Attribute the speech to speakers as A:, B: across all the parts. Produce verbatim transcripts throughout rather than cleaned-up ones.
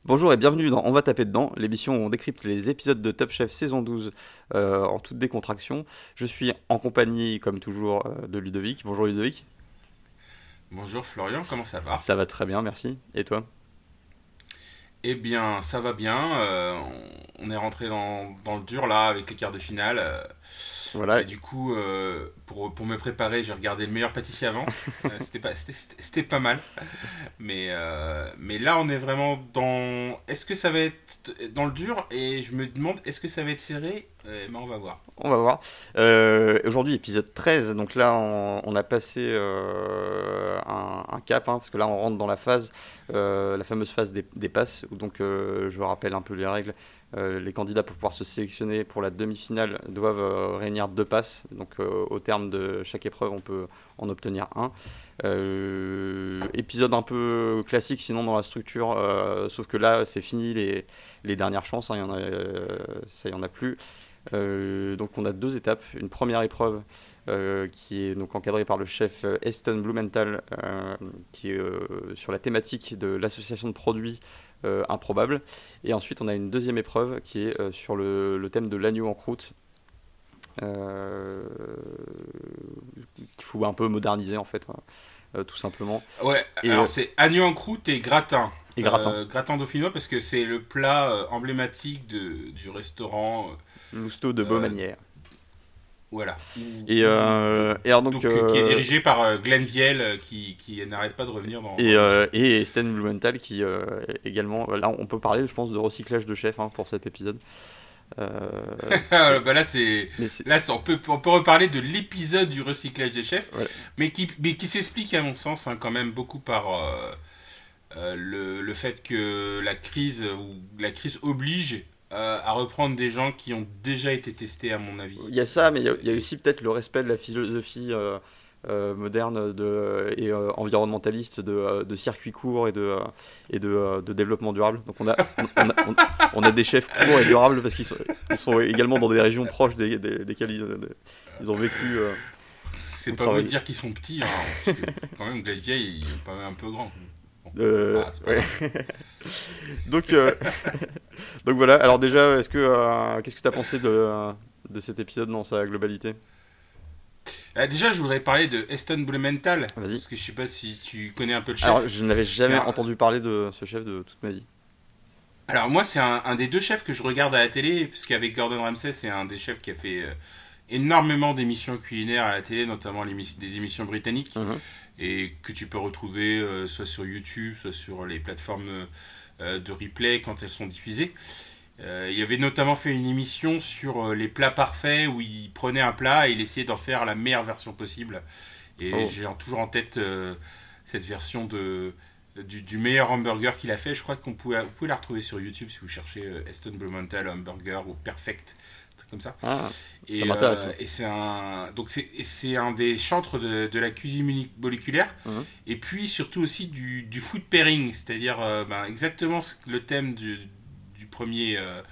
A: Bonjour et bienvenue dans On va taper dedans, l'émission où on décrypte les épisodes de Top Chef saison douze euh, en toute décontraction. Je suis en compagnie, comme toujours, euh, de Ludovic. Bonjour Ludovic.
B: Bonjour Florian, comment ça va?
A: Ça va très bien, merci. Et toi?
B: Eh bien, ça va bien. euh, on on est rentré dans, dans le dur là avec les quarts de finale. euh,
A: Voilà.
B: et du coup, euh, pour, pour me préparer, j'ai regardé le meilleur pâtissier avant. Euh, c'était pas, c'était, c'était- c'était pas mal. Mais, euh, mais là, on est vraiment dans. Est-ce que ça va être dans le dur? Et je me demande, est-ce que ça va être serré? Eh ben, on va voir.
A: On va voir. Euh, aujourd'hui, épisode treize. Donc là, on, on a passé euh, un, un cap, hein, parce que là, on rentre dans la phase, euh, la fameuse phase des, des passes. Où donc, euh, je rappelle un peu les règles. Euh, les candidats, pour pouvoir se sélectionner pour la demi-finale, doivent euh, réunir deux passes. Donc, euh, au terme de chaque épreuve, on peut en obtenir un. Euh, épisode un peu classique, sinon dans la structure. Euh, sauf que là, c'est fini les, les dernières chances. Hein, il y en a, euh, ça, il y en a plus. Euh, donc on a deux étapes. Une première épreuve euh, qui est donc encadrée par le chef euh, Eston Blumenthal, euh, qui est euh, sur la thématique de l'association de produits euh, improbables. Et ensuite on a une deuxième épreuve qui est euh, sur le, le thème de l'agneau en croûte, euh, qu'il faut un peu moderniser en fait, hein, euh, tout simplement.
B: Ouais,
A: Et,
B: alors
A: euh,
B: c'est agneau en croûte et gratin.
A: et gratin.
B: Euh, gratin dauphinois parce que c'est le plat euh, emblématique de, du restaurant.
A: Lousteau de
B: euh,
A: Beaumanière.
B: voilà. Où-
A: Et,
B: où-
A: euh, et alors donc
B: donc, euh, qui est
A: euh,
B: dirigé par euh, Glenn Viel euh, qui, qui n'arrête pas de revenir dans, dans
A: Et,
B: l'émission.
A: euh, et Sten Blumenthal qui euh, également, là on peut parler je pense de recyclage de chef, hein, pour cet épisode. Euh, c'est-
B: Bah là, c'est,
A: mais c'est,
B: là c'est- on, peut, on peut reparler de l'épisode du recyclage des chefs,
A: voilà.
B: mais qui, mais qui s'explique à mon sens hein, quand même beaucoup par euh, euh, le, le fait que la crise, ou la crise oblige euh, à reprendre des gens qui ont déjà été testés à mon avis.
A: Il y a ça, mais il y a, il y a
B: Et,
A: aussi peut-être le respect de la philosophie euh, euh, moderne de, et euh, environnementaliste de, euh, de circuits courts et de, euh, et de, euh, de développement durable. Donc on a, on, on a, on- on a des chefs courts et durables parce qu'ils sont, ils sont également dans des régions proches des, des- desquelles ils, ils ont vécu euh,
B: c'est
A: ou
B: pas beau de
A: travaillé.
B: dire qu'ils sont petits, hein, parce que quand même Glenvieille il est quand même un peu grand. Bon,
A: Euh,
B: ah, c'est pas
A: ouais.
B: grave.
A: Donc, euh, donc voilà, alors déjà, est-ce que, euh, qu'est-ce que tu as pensé de, de cet épisode dans sa globalité?
B: Euh, déjà, je voudrais parler de Eston Blumenthal,
A: Vas-y.
B: parce que je sais pas si tu connais un peu le
A: Alors,
B: chef.
A: je n'avais
B: C'est
A: jamais
B: un-
A: entendu parler de ce chef de toute ma vie.
B: Alors moi, c'est un, un des deux chefs que je regarde à la télé, parce qu'avec Gordon Ramsay, c'est un des chefs qui a fait euh, énormément d'émissions culinaires à la télé, notamment l'émis- des émissions britanniques,
A: Mhm.
B: et que tu peux retrouver euh, soit sur YouTube, soit sur les plateformes euh, de replay quand elles sont diffusées. Euh, il avait notamment fait une émission sur euh, les plats parfaits, où il prenait un plat et il essayait d'en faire la meilleure version possible. Et
A: Oh.
B: j'ai en- toujours en tête euh, cette version de, du, du meilleur hamburger qu'il a fait. Je crois qu'on pouvait, vous pouvez la retrouver sur YouTube si vous cherchez euh, Eston Blumenthal hamburger ou Perfect, un truc comme ça.
A: Ah, ça
B: Et,
A: m'intéresse.
B: euh, et c'est un, donc c'est, et c'est un des chantres de, de la cuisine moni- moléculaire.
A: Mhm.
B: Et puis surtout aussi du, du food pairing, c'est-à-dire euh, ben, exactement ce- le thème du, du premier, euh,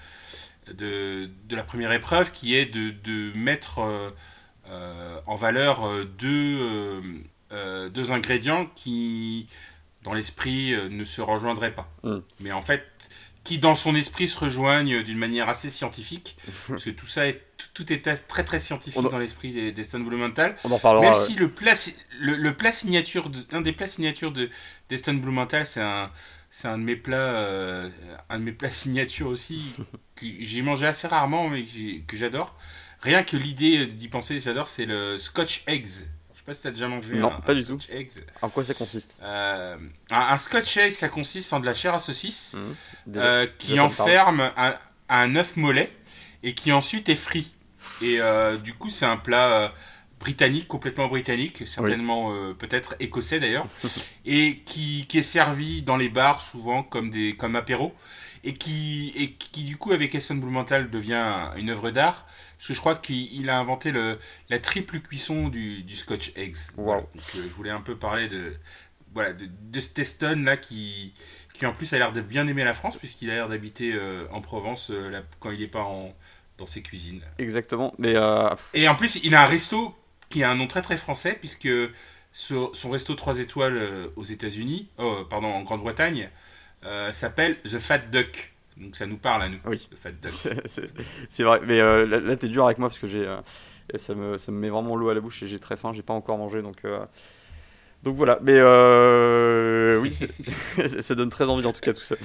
B: de, de la première épreuve qui est de, de mettre euh, euh, en valeur euh, deux, euh, euh, deux ingrédients qui, dans l'esprit, euh, ne se rejoindraient pas.
A: Mhm.
B: Mais en fait, qui dans son esprit se rejoignent d'une manière assez scientifique, parce que tout ça est, tout, tout est très très
A: On,
B: scientifique
A: en-
B: dans l'esprit des, des Stone Blumenthal,
A: on en
B: même
A: reparlera. Ouais.
B: si le plat, si- le, le plat signature, de, l'un des plats signatures de d'Eston Blumenthal, c'est un, c'est un de mes plats, euh, un de mes plats signature aussi, que j'ai mangé assez rarement, mais que, j'ai- que j'adore. Rien que l'idée d'y penser, j'adore, c'est le Scotch Eggs. Je sais pas si t'as déjà mangé
A: Non,
B: un, un
A: pas du tout.
B: Scotch Eggs.
A: En quoi ça consiste?
B: Euh, un, un Scotch Egg, ça consiste en de la chair à saucisse
A: Mhm. Déjà,
B: euh,
A: déjà,
B: qui
A: ça me parle.
B: enferme un, un œuf mollet et qui ensuite est frit. Et euh, du coup, c'est un plat euh, britannique, complètement britannique,
A: Oui.
B: certainement euh, peut-être écossais d'ailleurs, et qui, qui est servi dans les bars souvent comme, des, comme apéro, et qui, et qui du coup avec Eston Blumenthal devient une œuvre d'art, parce que je crois qu'il il a inventé le, la triple cuisson du, du Scotch Eggs. Voilà.
A: Waouh.
B: Donc euh, je voulais un peu parler de, voilà, de, de cet Eston là qui, qui en plus a l'air de bien aimer la France, puisqu'il a l'air d'habiter euh, en Provence euh, là, quand il n'est pas en, dans ses cuisines.
A: Exactement. Mais euh,
B: Et en plus, il a un resto qui a un nom très très français, puisque sur son resto trois étoiles euh, aux États-Unis, oh, pardon, en Grande-Bretagne, euh, s'appelle The Fat Duck. Donc ça nous parle à nous,
A: Oui,
B: The Fat Duck.
A: c'est, c'est, c'est vrai. Mais euh, là, là, t'es dur avec moi parce que j'ai, euh, ça me, ça me met vraiment l'eau à la bouche et j'ai très faim. J'ai pas encore mangé, donc, euh, donc voilà. Mais euh, oui, c'est, ça donne très envie en tout cas tout ça.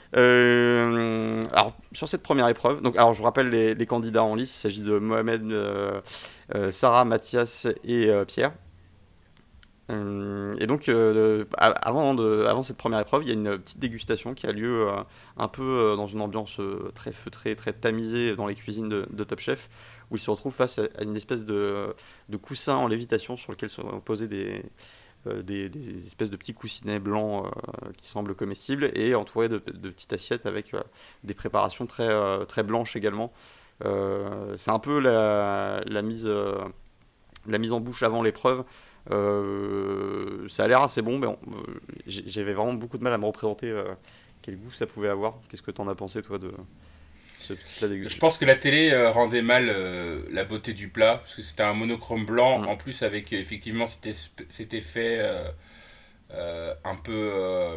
A: Euh, alors sur cette première épreuve, donc alors je rappelle les, les candidats en lice. Il s'agit de Mohamed, euh, euh, Sarah, Mathias et euh, Pierre. Euh, et donc, euh, avant, de, avant cette première épreuve, il y a une petite dégustation qui a lieu euh, un peu euh, dans une ambiance euh, très feutrée, très tamisée dans les cuisines de, de Top Chef, où ils se retrouvent face à, à une espèce de, de coussin en lévitation sur lequel sont posés des, euh, des, des espèces de petits coussinets blancs euh, qui semblent comestibles et entourés de, de petites assiettes avec euh, des préparations très, euh, très blanches également. Euh, c'est un peu la, la, mise, euh, la mise en bouche avant l'épreuve. Euh, ça a l'air assez bon, mais on, euh, j'avais vraiment beaucoup de mal à me représenter euh, quel goût ça pouvait avoir. Qu'est-ce que t'en as pensé, toi, de ce plat
B: Je
A: dégustation?
B: pense que la télé euh, rendait mal euh, la beauté du plat, parce que c'était un monochrome blanc,
A: Mm.
B: en plus avec, effectivement, c'était, cet effet euh, euh, un peu euh,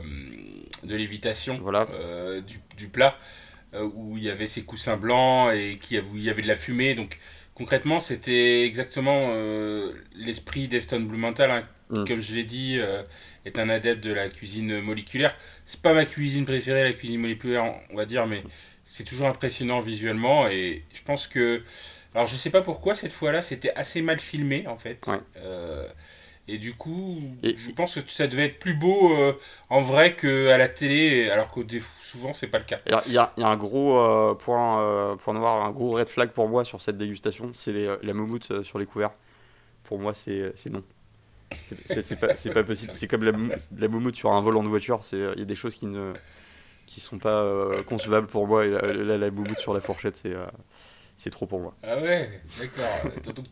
B: de lévitation
A: Voilà.
B: euh, du, du plat, euh, où il y avait ces coussins blancs et qui, où il y avait de la fumée. Donc concrètement, c'était exactement euh, l'esprit d'Eston Blumenthal, hein, qui,
A: Mm.
B: comme je l'ai dit, euh, est un adepte de la cuisine moléculaire. C'est pas ma cuisine préférée, la cuisine moléculaire, on va dire, mais c'est toujours impressionnant visuellement. Et je pense que... Alors je sais pas pourquoi, cette fois-là, c'était assez mal filmé, en fait.
A: Ouais.
B: Euh, et du coup,
A: Et,
B: je pense que ça devait être plus beau euh, en vrai qu'à la télé, alors que des- souvent, c'est pas le cas.
A: alors, il y a, il y a un gros euh, point, euh, point noir, un gros red flag pour moi sur cette dégustation, c'est les, euh, la moumoute euh, sur les couverts. Pour moi, c'est, c'est non. C'est, c'est, c'est pas, c'est pas possible. C'est comme la, mou- la moumoute sur un volant de voiture. C'est, il y a des choses qui ne qui sont pas euh, concevables pour moi. Et la, la, la moumoute sur la fourchette, c'est, euh, c'est trop pour moi.
B: Ah ouais, d'accord. Donc,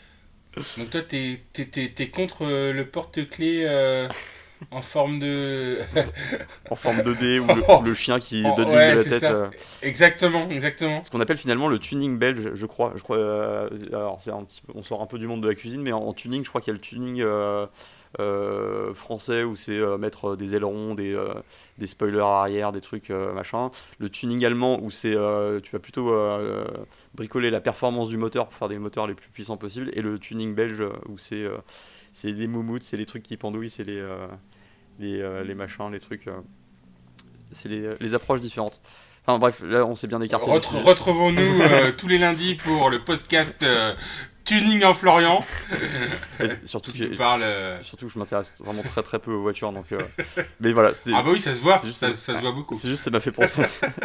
B: donc toi, t'es, t'es, t'es, t'es contre euh, le porte-clés euh, en forme de...
A: En forme deux D ou le, ou
B: Oh,
A: le chien qui
B: oh,
A: donne l'huile de
B: ouais,
A: la
B: c'est
A: tête.
B: ça.
A: euh.
B: Exactement, exactement.
A: Ce qu'on appelle finalement le tuning belge, je crois. Je crois euh, alors c'est un petit peu, on sort un peu du monde de la cuisine, mais en, en tuning, je crois qu'il y a le tuning euh, euh, français où c'est euh, mettre des ailerons, des, euh, des spoilers arrière, des trucs euh, machin. Le tuning allemand où c'est euh, tu vas plutôt euh, bricoler la performance du moteur pour faire des moteurs les plus puissants possibles. Et le tuning belge où c'est euh, c'est les moumoutes, c'est les trucs qui pendouillent, c'est les, euh, les, euh, les machins, les trucs. Euh, c'est les, les approches différentes. Enfin bref, là on s'est bien écarté du
B: Retre-
A: sujet.
B: retrouvons-nous euh, tous les lundis pour le podcast euh, Tuning en Florian,
A: Et surtout que
B: qui nous
A: j'ai-
B: parle... euh,
A: surtout que je m'intéresse vraiment très très peu aux voitures, donc. euh, Mais voilà, c'est
B: Ah bah oui, ça se voit,
A: c'est juste
B: ça,
A: ça,
B: ça se voit beaucoup.
A: c'est juste ça m'a fait penser.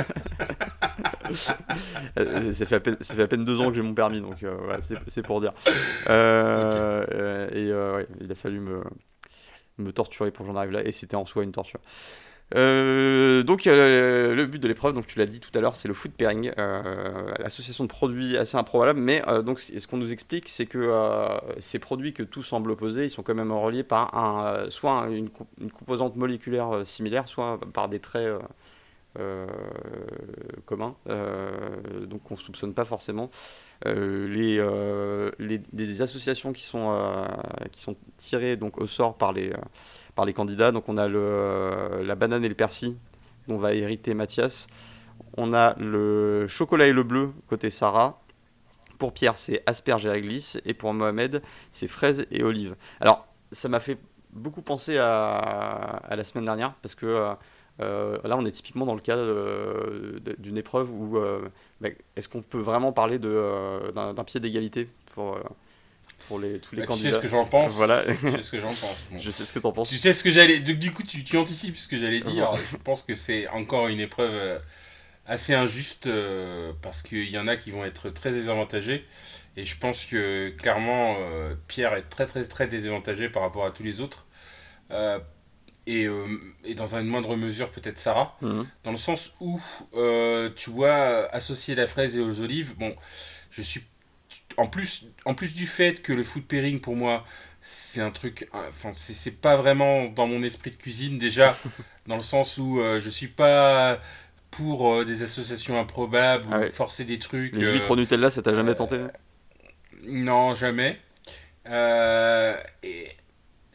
A: Euh, ça fait à peine ça fait à peine deux ans que j'ai mon permis, donc euh, voilà, c'est c'est pour dire. Euh, euh, et euh, ouais, il a fallu me me torturer pour que j'en arrive là, et c'était en soi une torture. Euh, donc euh, le but de l'épreuve, donc tu l'as dit tout à l'heure, c'est le food pairing, euh, association de produits assez improbable, mais euh, donc ce qu'on nous explique, c'est que euh, ces produits que tout semble opposer, ils sont quand même reliés par un, euh, soit un- une, co- une composante moléculaire euh, similaire, soit par des traits euh, euh, communs, euh, donc qu'on soupçonne pas forcément. Euh, les, euh, les- des associations qui sont, euh, qui sont tirées donc au sort par les, euh, par les candidats. Donc on a le, la banane et le persil dont va hériter Mathias. On a le chocolat et le bleu côté Sarah. Pour Pierre, c'est asperge et réglisse. Et pour Mohamed, c'est fraises et olives. Alors, ça m'a fait beaucoup penser à, à la semaine dernière parce que euh, euh, là, on est typiquement dans le cas euh, d'une épreuve où euh, bah, est-ce qu'on peut vraiment parler de, euh, d'un, d'un pied d'égalité pour, euh, pour les, tous les
B: Bah, tu sais ce
A: candidats?
B: que j'en pense.
A: Voilà,
B: Tu sais ce que j'en pense. Bon.
A: je sais ce que t'en penses.
B: Tu sais ce que j'allais... Du, du coup, tu, tu anticipes ce que j'allais dire.
A: Voilà.
B: Je pense que c'est encore une épreuve euh, assez injuste euh, parce qu'il y en a qui vont être très désavantagés. Et je pense que clairement, euh, Pierre est très très très désavantagé par rapport à tous les autres. Euh, et, euh, et dans une moindre mesure peut-être Sarah.
A: Mhm.
B: Dans le sens où, euh, tu vois, associer la fraise et aux olives, bon, je suis... En plus, en plus du fait que le food pairing pour moi c'est un truc, enfin c'est, c'est pas vraiment dans mon esprit de cuisine déjà, dans le sens où euh, je suis pas pour euh, des associations improbables
A: Ah
B: ou
A: ouais.
B: forcer des trucs.
A: Les
B: euh,
A: huîtres au Nutella, ça t'a jamais
B: euh,
A: tenté?
B: non, jamais. Euh, et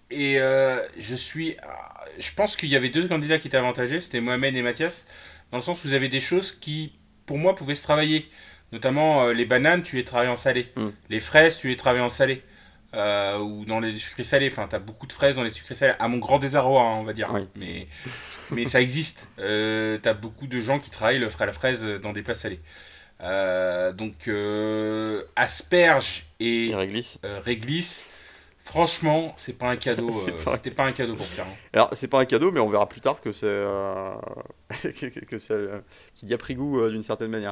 B: et euh, je suis. Je pense qu'il y avait deux candidats qui étaient avantagés, c'était Mohamed et Mathias, dans le sens où vous avez des choses qui, pour moi, pouvaient se travailler. Notamment, euh, les bananes, tu les travailles en salé.
A: Mm.
B: Les fraises, tu les travailles en salé. Euh, ou dans les sucrés salés. Enfin, t'as beaucoup de fraises dans les sucrés salés. À mon grand désarroi, hein, on va dire.
A: Oui.
B: Mais, mais ça existe. Euh, t'as beaucoup de gens qui travaillent le fra- la fraise dans des plats salés. Euh, donc, euh, asperges et,
A: Il réglisse.
B: euh, réglisse, franchement, c'est pas un cadeau.
A: C'est
B: euh,
A: pas-
B: C'était pas un cadeau pour Pierre. Hein.
A: Alors, c'est pas un cadeau, mais on verra plus tard que c'est euh, que, que- que c'est, euh, qu'il y a pris goût euh, d'une certaine manière.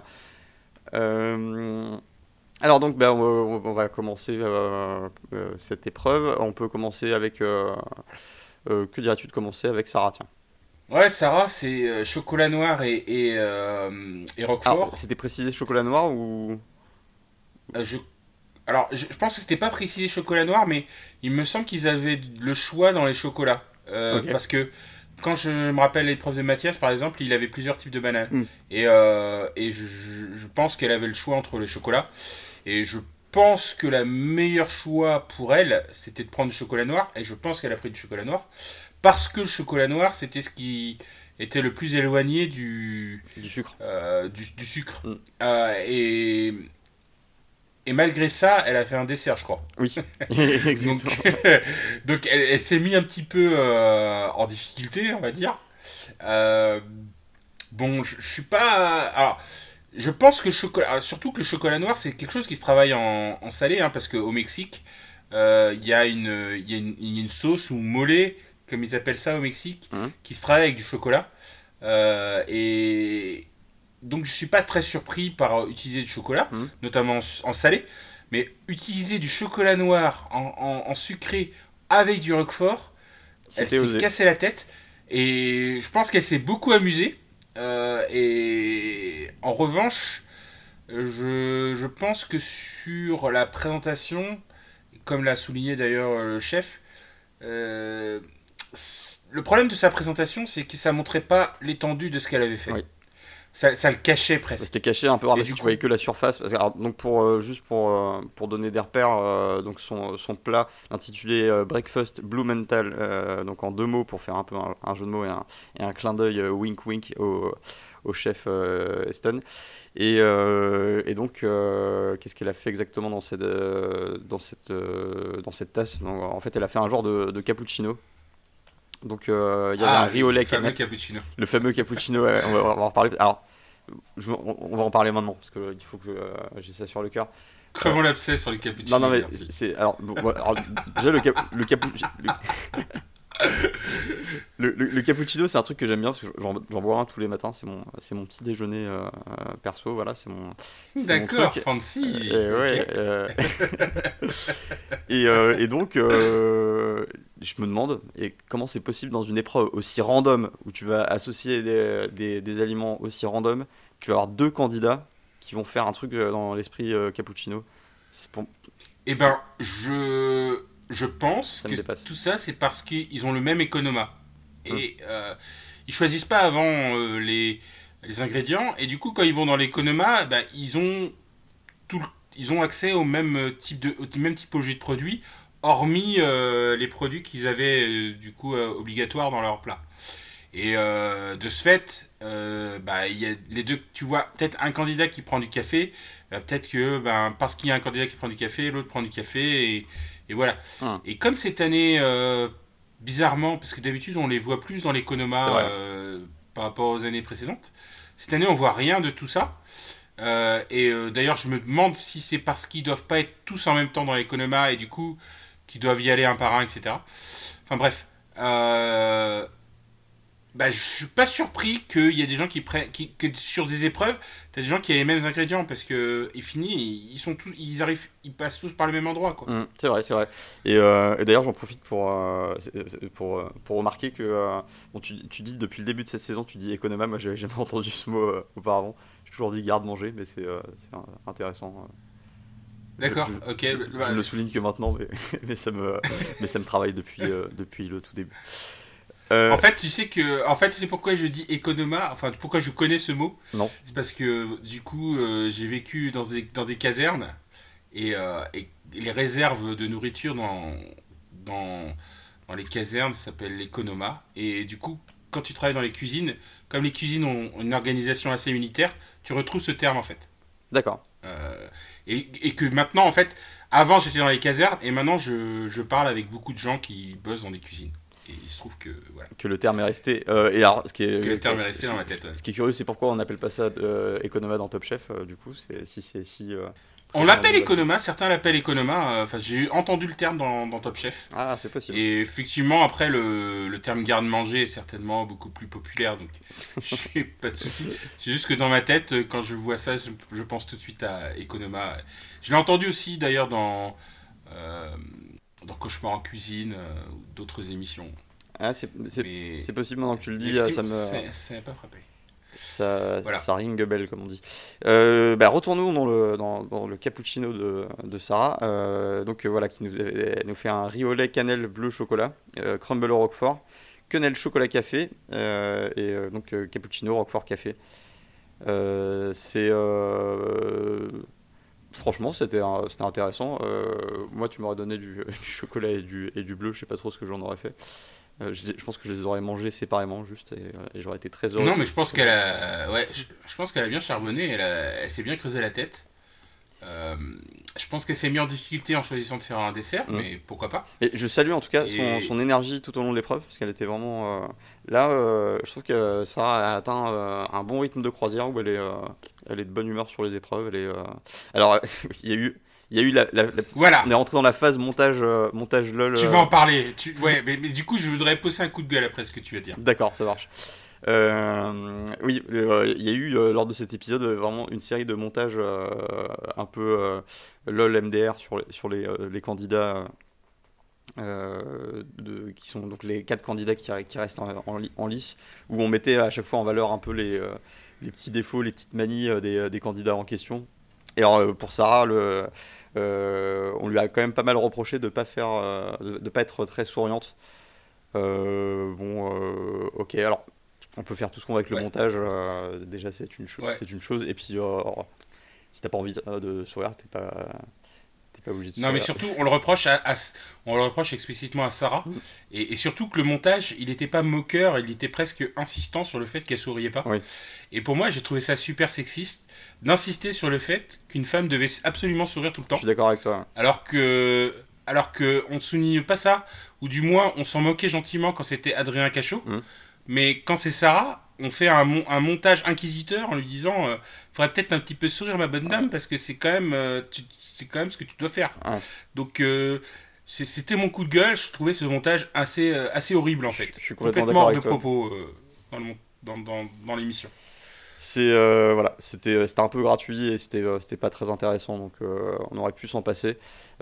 A: Euh, Alors donc, ben, on, on va commencer euh, euh, cette épreuve. On peut commencer avec. Euh, euh, que dirais-tu de commencer avec Sarah, tiens.
B: Ouais, Sarah, c'est euh, chocolat noir et, et, euh, et
A: Alors,
B: Roquefort.
A: c'était précisé chocolat noir ou.
B: Euh, je Alors, je, je pense que c'était pas précisé chocolat noir, mais il me semble qu'ils avaient le choix dans les chocolats. Euh,
A: Ok.
B: parce que quand je me rappelle l'épreuve de Mathias, par exemple, il avait plusieurs types de bananes.
A: Hmm.
B: Et, euh, et je, je- je pense qu'elle avait le choix entre les chocolats. Et je pense que le meilleur choix pour elle, c'était de prendre du chocolat noir. Et je pense qu'elle a pris du chocolat noir. Parce que le chocolat noir, c'était ce qui était le plus éloigné du,
A: Du sucre.
B: euh, du, du sucre.
A: Hmm.
B: Euh, et, et malgré ça, elle a fait un dessert, je crois.
A: Oui,
B: Donc,
A: exactement.
B: donc elle, elle s'est mis un petit peu euh, en difficulté, on va dire. Euh, bon, je, je suis pas. Alors, je pense que le chocolat, surtout que le chocolat noir, c'est quelque chose qui se travaille en, en salé, hein, parce qu'au Mexique, euh, il y a une, il y a une, il y a une sauce ou mole, comme ils appellent ça au Mexique,
A: Mhm.
B: qui se travaille avec du chocolat. Euh, et donc, je suis pas très surpris par utiliser du chocolat,
A: Mhm.
B: notamment en, en salé, mais utiliser du chocolat noir en, en, en sucré avec du roquefort, elle
A: C'était
B: s'est
A: osé.
B: cassé la tête et je pense qu'elle s'est beaucoup amusée. Euh, et en revanche, je, je pense que sur la présentation, comme l'a souligné d'ailleurs le chef, euh, le problème de sa présentation, c'est que ça montrait pas l'étendue de ce qu'elle avait fait.
A: Oui.
B: Ça, ça le cachait presque.
A: C'était caché un peu par
B: Et
A: là,
B: du
A: si tu
B: coup-
A: voyais que la surface. Parce que, alors, donc pour, euh, juste pour, euh, pour donner des repères, euh, donc son, son plat intitulé euh, Breakfast Blue Mental, euh, donc en deux mots pour faire un peu un, un jeu de mots et un, et un clin d'œil euh, wink wink au, au chef euh, Eston. Et, euh, et donc, euh, qu'est-ce qu'elle a fait exactement dans cette, euh, dans cette, euh, dans cette tasse? Donc, en fait, elle a fait un genre de, de cappuccino. Donc, euh, il y avait
B: Ah,
A: un riz au
B: le
A: lait,
B: fameux cappuccino.
A: le fameux cappuccino, ouais, on, va, on va en reparler. Alors, je- on, on va en parler maintenant, parce qu'il faut que euh, j'ai ça sur le cœur.
B: Crevons l'abcès sur les cappuccinos.
A: Non, non, mais
B: merci.
A: c'est. Alors, bon, ouais, alors, déjà, le, cap, le, capu- le, le- le cappuccino, c'est un truc que j'aime bien, parce que j'en, j'en bois un tous les matins. C'est mon, c'est mon petit déjeuner euh, euh, perso, voilà, c'est mon. c'est mon
B: D'accord,
A: truc.
B: fancy.
A: Et, ouais,
B: Ok.
A: euh, et, euh, et donc, euh, je me demande et comment c'est possible dans une épreuve aussi random, où tu vas associer des, des, des aliments aussi random, tu vas avoir deux candidats qui vont faire un truc euh, dans l'esprit euh, cappuccino. C'est pour-
B: Eh ben, je, je pense
A: Ça me
B: que
A: dépasse.
B: tout ça, c'est parce qu'ils ont le même économa. Et euh, ils choisissent pas avant euh, les, les ingrédients. Et du coup, quand ils vont dans l'économa, bah, ils ont tout, le- ils ont accès au même type de, au même typologie de produits, hormis euh, les produits qu'ils avaient euh, du coup euh, obligatoires dans leur plat. Et euh, de ce fait, euh, bah, il y a les deux, tu vois, peut-être un candidat qui prend du café, bah, peut-être que ben, parce qu'il y a un candidat qui prend du café, l'autre prend du café, et, et voilà.
A: Hum,
B: Et comme cette année, euh, bizarrement, parce que d'habitude on les voit plus dans
A: C'est
B: l'économa
A: vrai.
B: euh, par rapport aux années précédentes, cette année on voit rien de tout ça. Euh, et euh, d'ailleurs, je me demande si c'est parce qu'ils doivent pas être tous en même temps dans l'économa et du coup qu'ils doivent y aller un par un, et cetera. Enfin bref. Euh, bah, je suis pas surpris qu'il y ait des gens qui prennent, qui, que sur des épreuves, t'as des gens qui ont les mêmes ingrédients parce que ils finissent, ils sont tous, ils arrivent, ils passent tous par le même endroit quoi.
A: hum, c'est vrai, c'est vrai. Et, euh, et d'ailleurs, j'en profite pour, euh, c'est- c'est pour, euh, pour remarquer que euh, bon, tu, tu dis depuis le début de cette saison, tu dis économa. Moi, j'avais jamais entendu ce mot euh, auparavant. J'ai toujours dit garde-manger, mais c'est euh, c'est un- intéressant. euh. Je,
B: D'accord,
A: je-
B: ok.
A: je-
B: bah,
A: je ne le souligne que maintenant, mais, mais, ça, me, mais ça me travaille depuis, euh, depuis le tout début. Euh,
B: En fait, tu sais que, en fait, c'est pourquoi je dis économa, enfin pourquoi je connais ce mot.
A: non.
B: C'est parce que du coup, euh, j'ai vécu dans des, dans des casernes et, euh, et les réserves de nourriture dans, dans, dans les casernes, ça s'appelle l'économa. Et du coup, quand tu travailles dans les cuisines, comme les cuisines ont une organisation assez unitaire, tu retrouves ce terme en fait.
A: D'accord.
B: Euh, et, et que maintenant, en fait, avant j'étais dans les casernes et maintenant je, je parle avec beaucoup de gens qui bossent dans des cuisines. Et il se trouve que voilà.
A: Que le terme est resté. Euh, et alors, ce qui est,
B: Que le terme est resté dans ma tête. Ouais.
A: Ce qui est curieux, c'est pourquoi on n'appelle pas ça euh, Economa dans Top Chef, euh, du coup, c'est, si c'est si. Euh,
B: on l'appelle Economa, certains l'appellent Economa. Enfin, euh, j'ai entendu le terme dans, dans Top Chef.
A: Ah, c'est possible.
B: Et effectivement, après, le, le terme garde-manger est certainement beaucoup plus populaire, donc j'ai pas de souci. C'est juste que dans ma tête, quand je vois ça, je, je pense tout de suite à Economa. Je l'ai entendu aussi d'ailleurs dans, euh, dans Cauchemar en cuisine euh, ou d'autres émissions.
A: Ah, c'est, c'est, mais, c'est possible maintenant que tu le dis, ça me.
B: Ça, ça m'a pas frappé.
A: Ça, voilà. Ça ring bell, comme on dit. Euh, bah, retournons dans le, dans, dans le cappuccino de, de Sarah, euh, donc, euh, voilà, qui nous, elle nous fait un riz au lait cannelle bleu chocolat, euh, crumble au roquefort, quenelle chocolat café, euh, et euh, donc euh, cappuccino roquefort café. Euh, c'est... Euh, franchement, c'était, c'était intéressant. Euh, moi, tu m'aurais donné du, du chocolat et du, et du bleu, je sais pas trop ce que j'en aurais fait. Euh, je, je pense que je les aurais mangés séparément juste et, et j'aurais été très heureux.
B: Non, mais je pense qu'elle a, ouais, je, je pense qu'elle a bien charbonné, elle, a, elle s'est bien creusé la tête. Euh, je pense qu'elle s'est mise en difficulté en choisissant de faire un dessert, mmh. mais pourquoi pas.
A: Et je salue en tout cas son, et... son énergie tout au long de l'épreuve, parce qu'elle était vraiment... Euh, là, euh, je trouve que Sarah a atteint euh, un bon rythme de croisière où elle est, euh, elle est de bonne humeur sur les épreuves. Elle est, euh... Alors, il y a eu... Il y a eu la, la, la petite...
B: Voilà.
A: On est rentré dans la phase montage, euh, montage lol.
B: Tu vas en parler. Tu... Ouais, mais, mais du coup, je voudrais poser un coup de gueule après ce que tu vas dire.
A: D'accord, ça marche. Euh, oui, euh, il y a eu euh, lors de cet épisode euh, vraiment une série de montages euh, un peu euh, lol M D R sur les, sur les, euh, les candidats euh, de, qui sont donc les quatre candidats qui, qui restent en, en, en lice, où on mettait à chaque fois en valeur un peu les, euh, les petits défauts, les petites manies euh, des, des candidats en question. Et alors pour Sarah, le, euh, on lui a quand même pas mal reproché de pas faire, euh, de, de pas être très souriante. Euh, bon, euh, ok, alors on peut faire tout ce qu'on veut avec le ouais. montage. Euh, déjà, c'est une chose, ouais. c'est une chose. Et puis, euh, si t'as pas envie de sourire, t'es pas, t'es pas obligé de sourire.
B: Non, mais surtout, on le reproche, à, à, on le reproche explicitement à Sarah. Mmh. Et, et surtout que le montage, il était pas moqueur, il était presque insistant sur le fait qu'elle souriait pas.
A: Oui.
B: Et pour moi, j'ai trouvé ça super sexiste d'insister sur le fait qu'une femme devait absolument sourire tout le temps.
A: Je suis d'accord avec toi.
B: Alors que, alors que on ne souligne pas ça, ou du moins, on s'en moquait gentiment quand c'était Adrien Cachot. Mmh. Mais quand c'est Sarah, on fait un, mon- un montage inquisiteur en lui disant euh, faudrait peut-être un petit peu sourire, ma bonne dame, parce que c'est quand même, euh, tu, c'est quand même ce que tu dois faire. Ouais. Donc, euh, c'est, c'était mon coup de gueule. Je trouvais ce montage assez, euh, assez horrible, en fait.
A: Je, je suis complètement,
B: complètement
A: d'accord
B: hors
A: de
B: propos euh, dans, le, dans, dans, dans l'émission.
A: C'est, euh, voilà, c'était, c'était un peu gratuit et c'était, euh, c'était pas très intéressant, donc euh, on aurait pu s'en passer.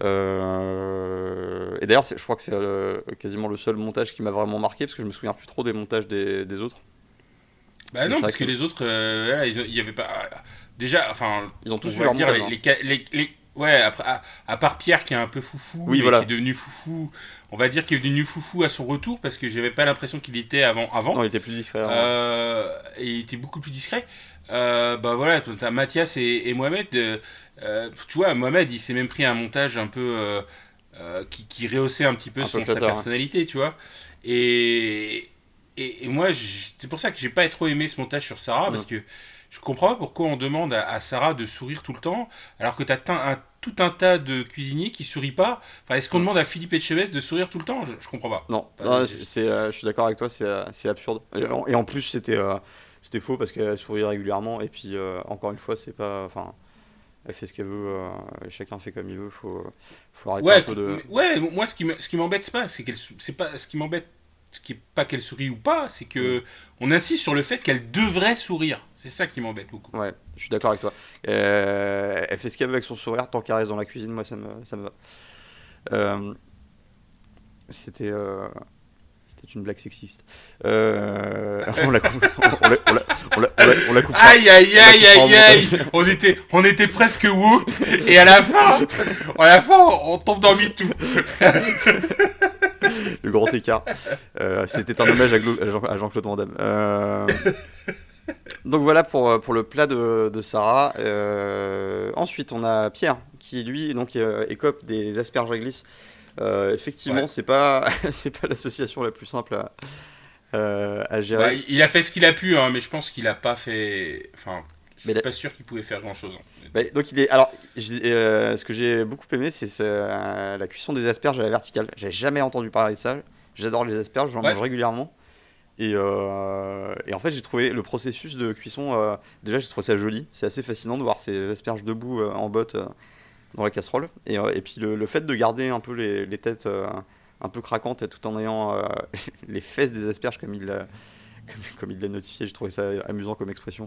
A: Euh, et d'ailleurs, c'est, je crois que c'est euh, quasiment le seul montage qui m'a vraiment marqué, parce que je me souviens plus trop des montages des, des autres.
B: Bah non, parce que, que les autres, euh, il y avait pas... Déjà, enfin...
A: Ils ont tous vu leur
B: dire,
A: montage,
B: les, les, les, les, ouais, après, à, à part Pierre qui est un peu foufou,
A: oui,
B: et
A: voilà.
B: qui est devenu foufou, on va dire qu'il est devenu foufou à son retour, parce que j'avais pas l'impression qu'il était avant. avant.
A: Non, il était plus discret.
B: Euh, et il était beaucoup plus discret. Euh, bah voilà, t'as Mathias et, et Mohamed. Euh, euh, tu vois, Mohamed, il s'est même pris un montage un peu euh, euh, qui, qui rehaussait un petit peu, un son, peu sa personnalité, hein. Tu vois. Et, et, et moi, c'est pour ça que j'ai pas trop aimé ce montage sur Sarah, mmh. parce que je comprends pas pourquoi on demande à, à Sarah de sourire tout le temps, alors que t'as un, tout un tas de cuisiniers qui sourient pas. Enfin, est-ce qu'on mmh. demande à Philippe Etchebest de sourire tout le temps ? je, je comprends pas.
A: Non, non c'est, c'est, euh, je suis d'accord avec toi, c'est, c'est absurde. Et en, et en plus, c'était. Euh... C'était faux parce qu'elle sourit régulièrement et puis euh, encore une fois c'est pas, enfin elle fait ce qu'elle veut, euh, chacun fait comme il veut, faut, faut arrêter
B: ouais,
A: un peu de.
B: Ouais, moi ce qui me, ce qui m'embête c'est pas, c'est qu'elle, c'est pas ce qui m'embête, ce qui est pas qu'elle sourit ou pas, c'est que mmh. on insiste sur le fait qu'elle devrait sourire, c'est ça qui m'embête beaucoup.
A: Ouais, je suis d'accord avec toi. Euh, elle fait ce qu'elle veut avec son sourire tant qu'elle reste dans la cuisine, moi ça me, ça me va. Euh, c'était. Euh... C'est une blague sexiste. Euh, on la coupe. On la, on la, on la, on la, on la coupe.
B: Aïe aïe aïe aïe aïe. On était, on était presque woke et à la fin, à la fin, on tombe dans MeToo.
A: Le grand écart. Euh, c'était un hommage à, Glo- à, Jean, à Jean-Claude Van Damme. Euh, donc voilà pour pour le plat de, de Sarah. Euh, ensuite, on a Pierre qui lui donc euh, écope des asperges à glisse. Euh, effectivement,
B: Ouais.
A: c'est pas, c'est pas l'association la plus simple à, euh, à
B: Bah,
A: gérer.
B: il a fait ce qu'il a pu, hein, mais je pense qu'il a pas fait. Enfin, je
A: Mais
B: suis
A: la-
B: pas sûr qu'il pouvait faire grand chose.
A: bah, donc il est. Alors, j'ai- euh, ce que j'ai beaucoup aimé, c'est ce- euh, la cuisson des asperges à la verticale. J'avais jamais entendu parler de ça. J'adore les asperges, j'en mange
B: Ouais,
A: régulièrement. Et, euh, et en fait, j'ai trouvé le processus de cuisson. Euh, déjà, j'ai trouvé ça joli. C'est assez fascinant de voir ces asperges debout euh, en botte euh, dans la casserole. Et, euh, et puis le, le fait de garder un peu les, les têtes euh, un peu craquantes et tout en ayant euh, les fesses des asperges comme il l'a comme, comme il l'a notifié, j'ai trouvé ça amusant comme expression.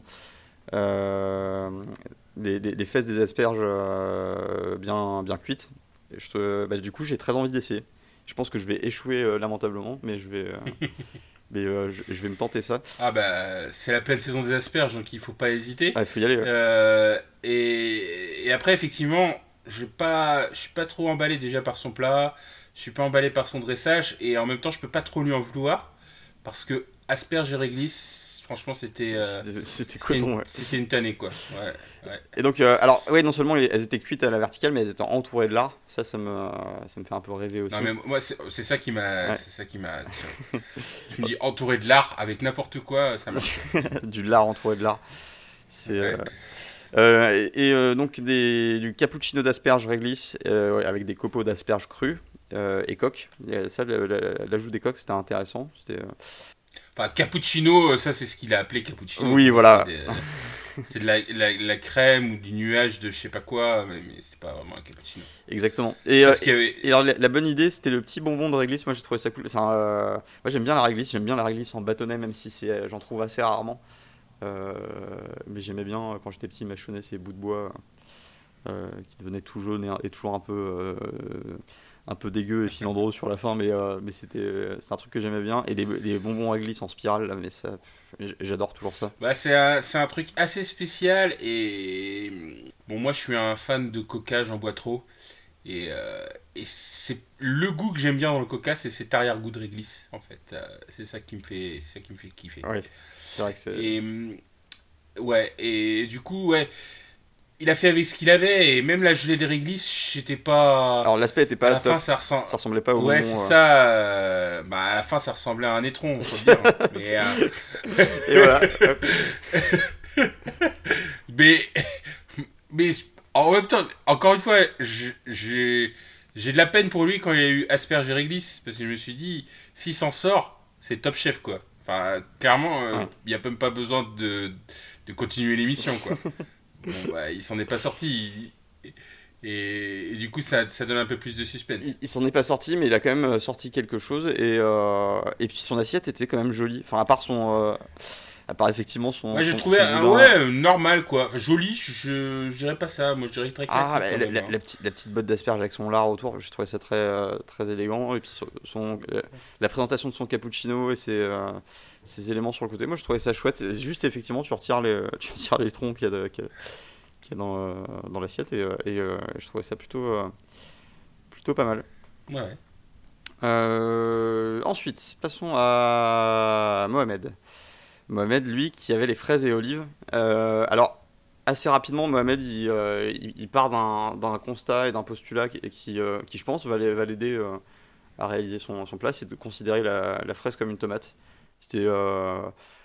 A: Euh, des, des- des fesses des asperges euh, bien, bien cuites. Et je te- bah, du coup, j'ai très envie d'essayer. Je pense que je vais échouer euh, lamentablement, mais je vais, euh, mais, euh, je, je vais me tenter ça.
B: ah bah c'est la pleine saison des asperges, donc il faut pas hésiter.
A: Ah, il faut y aller. Ouais.
B: Euh, et, et après, effectivement, je pas, je suis pas trop emballé déjà par son plat, je suis pas emballé par son dressage, et en même temps, je peux pas trop lui en vouloir, parce que asperges et réglisse, franchement, c'était euh,
A: C'était c'était
B: c'était une,
A: coton. Ouais.
B: c'était une tannée, quoi. Ouais, ouais.
A: Et donc, euh, alors, ouais, non seulement elles étaient cuites à la verticale, mais elles étaient entourées de lard. Ça, ça me, ça me fait un peu rêver aussi.
B: Non mais moi c'est c'est ça qui m'a
A: Ouais.
B: c'est ça qui m'a je me dis entouré de l'art avec n'importe quoi ça marche.
A: Du lard entouré de lard. C'est.
B: Ouais.
A: euh, euh, et et, euh, donc des, du cappuccino d'asperges réglisse euh, ouais, avec des copeaux d'asperges crues euh, et coques. Et ça, le- le- l'ajout des coques, c'était intéressant. C'était, euh,
B: Enfin cappuccino, ça c'est ce qu'il a appelé cappuccino.
A: Oui,
B: Pour moi,
A: voilà.
B: C'est des- c'est de la, la, la crème ou du nuage de je sais pas quoi, mais, mais c'est pas vraiment un cappuccino.
A: Exactement. Et, euh,
B: Parce qu'il y avait
A: et alors, la, la bonne idée, c'était le petit bonbon de réglisse. Moi, j'ai trouvé ça cool. C'est un, euh, Moi, j'aime bien la réglisse. J'aime bien la réglisse en bâtonnet, même si c'est, euh, j'en trouve assez rarement. Euh, mais j'aimais bien, euh, quand j'étais petit, mâchonner ces bouts de bois euh, qui devenaient tout jaunes et, et toujours un peu, euh, un peu dégueu et filandreux sur la fin. Mais, euh, mais c'était, euh, c'est un truc que j'aimais bien. Et les, les bonbons réglisse en spirale, là, mais ça, pff, j'adore toujours ça.
B: bah, c'est un, c'est un truc assez spécial et bon moi je suis un fan de coca, j'en bois trop et, euh, et c'est le goût que j'aime bien dans le coca, c'est cet arrière-goût de réglisse en fait. Euh, c'est ça qui me fait c'est ça qui me fait kiffer.
A: Oui, c'est vrai que c'est.
B: Et hum, ouais, et du coup, ouais, il a fait avec ce qu'il avait, et même la gelée de réglisse, j'étais pas.
A: Alors, l'aspect était
B: À
A: pas
B: la
A: top.
B: fin, ça ressemble.
A: Ça ressemblait pas au
B: Ouais,
A: bonbon.
B: c'est
A: euh.
B: ça. euh, Bah, à la fin, ça ressemblait à un étron, faut le dire. Mais, euh,
A: Et voilà.
B: mais, mais en même temps, encore une fois, j'ai j'ai j'ai de la peine pour lui quand il y a eu asperge et réglisse, parce que je me suis dit, s'il s'en sort, c'est top chef, quoi. Enfin, clairement, euh,
A: Ouais.
B: il n'y a même pas besoin de, de continuer l'émission, quoi. Bon, bah, il s'en est pas sorti. il- Et, et du coup, ça, ça donne un peu plus de suspense.
A: Il, il s'en est pas sorti, mais il a quand même euh, sorti quelque chose. Et, euh, et puis son assiette était quand même jolie. Enfin, à part son. Euh, à part effectivement son.
B: Moi, j'ai
A: son,
B: trouvé
A: son
B: un
A: boudin.
B: ouais, euh, normal, quoi. Enfin, joli, je, je dirais pas ça. Moi, je dirais très classique.
A: Ah, la,
B: quand
A: la-
B: même,
A: la-
B: hein.
A: la petite, la petite botte d'asperges avec son lard autour, je trouvais ça très, euh, très élégant. Et puis son, son- euh, la présentation de son cappuccino et ses, euh, ses éléments sur le côté, moi je trouvais ça chouette. C'est juste effectivement, tu retires les, tu retires les troncs qu'il y a, de- qu'il y a- qu'il y a dans, euh, dans l'assiette et, euh, et, euh, je trouvais ça plutôt, euh, plutôt pas mal.
B: Ouais, ouais.
A: Euh, ensuite, passons à Mohamed. Mohamed, lui, qui avait les fraises et olives. Euh, alors, assez rapidement, Mohamed, il, euh, il- il part d'un d'un constat et d'un postulat qui, qui, euh, qui, je pense, va l'ai- va l'aider euh, à réaliser son, son plat, c'est de considérer la, la fraise comme une tomate. C'était, euh,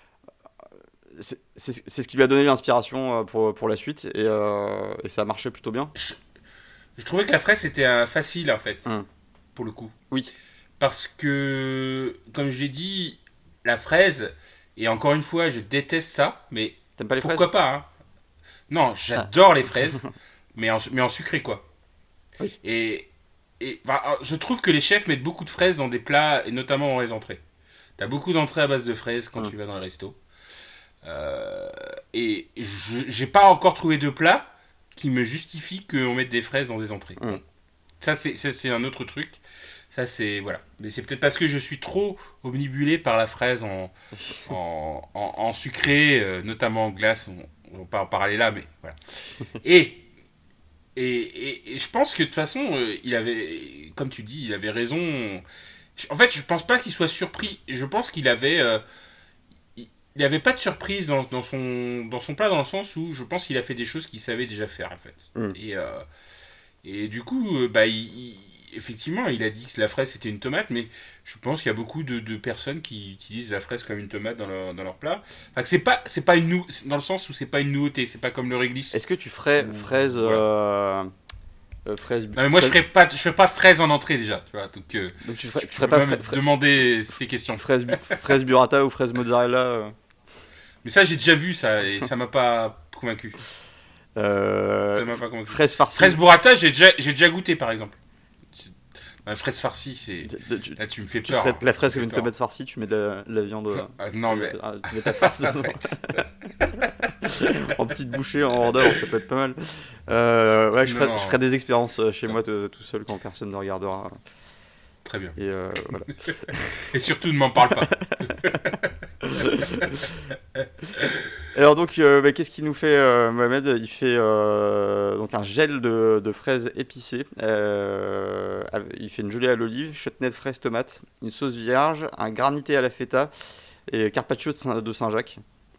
A: c'est c'est- c'est ce qui lui a donné l'inspiration euh, pour, pour la suite, et, euh, et ça a marché plutôt bien.
B: Je, je trouvais que la fraise était euh, facile, en fait,
A: Hum.
B: pour le coup.
A: Oui,
B: Parce que, comme je l'ai dit, la fraise, et encore une fois, je déteste ça, mais
A: t'aimes pas les fraises?
B: pourquoi pas, hein. Non, j'adore les fraises, mais en, mais en sucré, quoi.
A: Oui.
B: Et, et bah, je trouve que les chefs mettent beaucoup de fraises dans des plats, et notamment dans les entrées. T'as beaucoup d'entrées à base de fraises quand
A: Mm.
B: tu vas dans les restos. Euh, et je- j'ai pas encore trouvé de plat qui me justifie qu'on mette des fraises dans des entrées.
A: Mm.
B: Bon. Ça, c'est ça, c'est un autre truc. Ça, c'est. Voilà. Mais c'est peut-être parce que je suis trop omnibulé par la fraise en, en, en, en sucré, euh, notamment en glace. On, on va pas en parler là, mais voilà. Et. Et, et, et je pense que de toute façon, euh, il avait, comme tu dis, il avait raison. En fait, je pense pas qu'il soit surpris. Je pense qu'il avait, euh, il n'y avait pas de surprise dans, dans son, dans son plat, dans le sens où je pense qu'il a fait des choses qu'il savait déjà faire, en fait.
A: Mm.
B: Et, euh, et du coup, euh, bah, il, il- effectivement, il a dit que la fraise c'était une tomate, mais je pense qu'il y a beaucoup de, de personnes qui utilisent la fraise comme une tomate dans leur, dans leur plat. Enfin, que c'est pas, c'est pas une nou... dans le sens où c'est pas une nouveauté, c'est pas comme le réglisse.
A: Est-ce que tu ferais
B: Ou-
A: fraise,
B: voilà.
A: euh, euh, fraise,
B: Non, mais moi,
A: fraise-
B: je ferais pas, je ferais pas fraise en entrée déjà, tu vois. Donc, euh,
A: donc tu ferais,
B: tu
A: tu ferais
B: peux
A: pas
B: même
A: fra- fra-
B: demander ces questions.
A: fraise, bu- fraise burrata ou fraise mozzarella euh,
B: Mais ça, j'ai déjà vu ça et ça m'a pas convaincu.
A: euh,
B: Ça m'a pas convaincu.
A: fraise farcie.
B: Fraise burrata, j'ai déjà, j'ai déjà goûté par exemple. La fraise farcie, c'est.
A: Tu, tu-
B: Là, tu me fais
A: tu
B: peur.
A: traites
B: hein.
A: la fraise
B: Tu me
A: comme une
B: fais peur.
A: tomate farcie, tu mets de la, de la viande. euh,
B: Ah, non, mais.
A: euh, tu mets ta farce dedans. En petites bouchées, en hors-d'œuvre, ça peut être pas mal. Euh, ouais, je
B: Non,
A: ferai,
B: non.
A: je ferai des expériences euh, chez moi de- tout seul quand personne ne regardera.
B: Très bien.
A: Et euh, voilà.
B: Et surtout, ne m'en parle pas.
A: Alors donc, euh, bah, qu'est-ce qu'il nous fait euh, Mohamed? Il fait euh, donc un gel de, de fraises épicées. Euh, avec- il fait une gelée à l'olive, chutney de fraises tomates, une sauce vierge, un granité à la feta et carpaccio de Saint- de Saint-Jacques.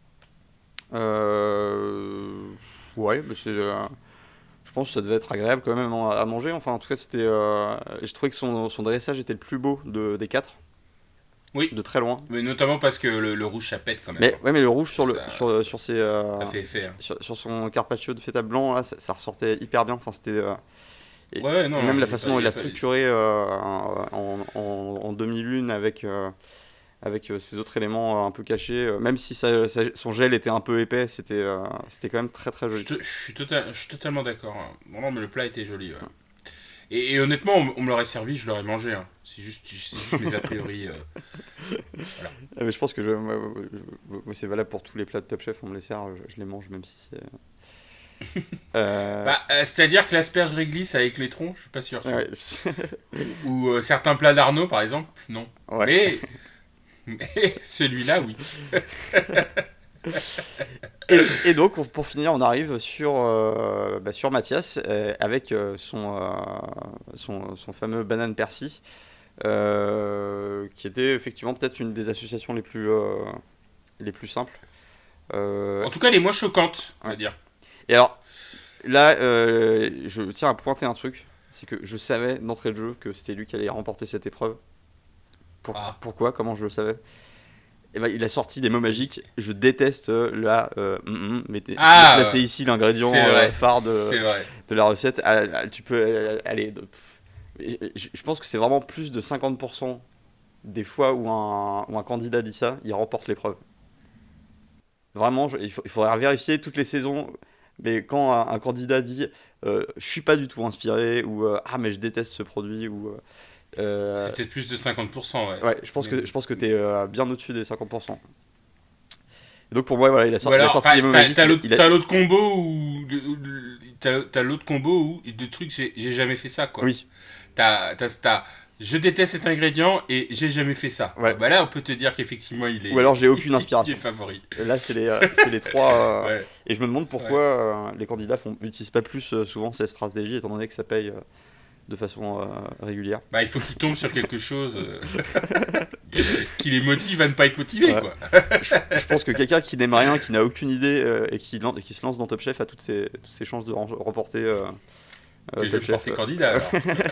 A: Euh, ouais, mais c'est, euh, je pense que ça devait être agréable quand même à à manger. Enfin, en tout cas, c'était. Euh, je trouvais que son, son dressage était le plus beau de- des quatre,
B: Oui,
A: de très loin.
B: mais notamment parce que le, le rouge, ça pète quand même.
A: Mais ouais, mais le rouge sur le
B: Ça-
A: sur,
B: ça-
A: sur ses euh,
B: Ça fait effet. hein.
A: sur, sur son carpaccio de feta blanc là, ça, ça ressortait hyper bien. Enfin, c'était euh, et,
B: Ouais, ouais, non,
A: et
B: non,
A: même
B: il
A: la
B: y a
A: façon
B: pas-
A: dont
B: il
A: il
B: y
A: a
B: a pas-
A: structuré euh, en, en, en demi-lune avec euh, avec euh, ses autres éléments euh, un peu cachés. euh, même si ça- ça- son gel était un peu épais, c'était euh, c'était quand même très très
B: Je,
A: joli.
B: te- je suis, total- je suis totalement d'accord. hein. Non, non, mais le plat était joli. ouais. Et, et honnêtement, on, on me l'aurait servi, je l'aurais mangé. hein. C'est juste, c'est juste mes a priori. euh.
A: Ah, mais je pense que je, moi, je- moi, c'est valable pour tous les plats de Top Chef. On me les sert, je, je les mange même si c'est. Euh,
B: Bah, euh, c'est-à-dire que l'asperge réglisse avec l'étron, je suis pas sûr. tu vois.
A: ouais, c'est-
B: Ou euh, certains plats d'Arnaud, par exemple, non.
A: ouais.
B: Mais, mais celui-là, oui.
A: Et, et donc, on- pour finir, on arrive sur, euh, bah, sur Mathias euh, avec euh, son, euh, son, son fameux banane persil, euh, qui était effectivement peut-être une des associations les plus, euh, les plus simples. Euh,
B: En tout cas, les moins choquantes, on va
A: Ouais.
B: dire.
A: et alors, là, euh, je tiens à pointer un truc, c'est que je savais d'entrée de jeu que c'était lui qui allait remporter cette épreuve. Pour-
B: Ah.
A: Pourquoi? Comment je le savais? Eh ben, il a sorti des mots magiques. Je déteste euh, la. Euh, mm, mm, mais t'es-
B: Ah,
A: j'ai placé
B: ouais.
A: ici l'ingrédient
B: C'est
A: euh,
B: vrai.
A: phare
B: C'est
A: de,
B: vrai.
A: de la recette. Ah, ah, tu peux euh, aller. de- pff. je, je pense que c'est vraiment plus de cinquante pour cent des fois où un, où un candidat dit ça, il remporte l'épreuve. Vraiment, je- il, faut- il faudrait vérifier toutes les saisons. Mais quand un, un candidat dit euh, je suis pas du tout inspiré ou euh, ah mais je déteste ce produit ou euh, euh,
B: C'est peut-être plus de cinquante pour cent, ouais.
A: ouais, je pense
B: Mais-
A: que je pense que t'es euh, bien au-dessus des cinquante pour cent. Et donc pour moi voilà, il a
B: Ou
A: sorti, il a
B: alors,
A: sorti
B: t'as,
A: des mots
B: t'as-
A: magiques.
B: t'as l'autre,
A: il a-
B: t'as l'autre combo où. T'as, t'as l'autre combo où. De trucs, j'ai, j'ai jamais fait ça, quoi.
A: Oui,
B: T'as, t'as, t'as- je déteste cet ingrédient et j'ai jamais fait ça.
A: Ouais.
B: Bah là, on peut te dire qu'effectivement, il est.
A: ou alors j'ai aucune
B: Il
A: inspiration.
B: est favori.
A: Là c'est les, euh, c'est les trois. euh,
B: Ouais.
A: Et je me demande pourquoi euh, les candidats font, n'utilisent pas plus euh, souvent cette stratégie étant donné que ça paye euh, de façon euh, régulière.
B: Bah, il faut qu'il tombe sur quelque chose euh, qui les motive à ne pas être motivé,
A: Ouais.
B: quoi.
A: Je pense que quelqu'un qui n'aime rien, qui n'a aucune idée euh, et, qui, lan- et qui se lance dans Top Chef a toutes ses, toutes ses chances de rem- remporter euh, euh,
B: Que je
A: Top
B: vais
A: Chef.
B: porter candidat, alors.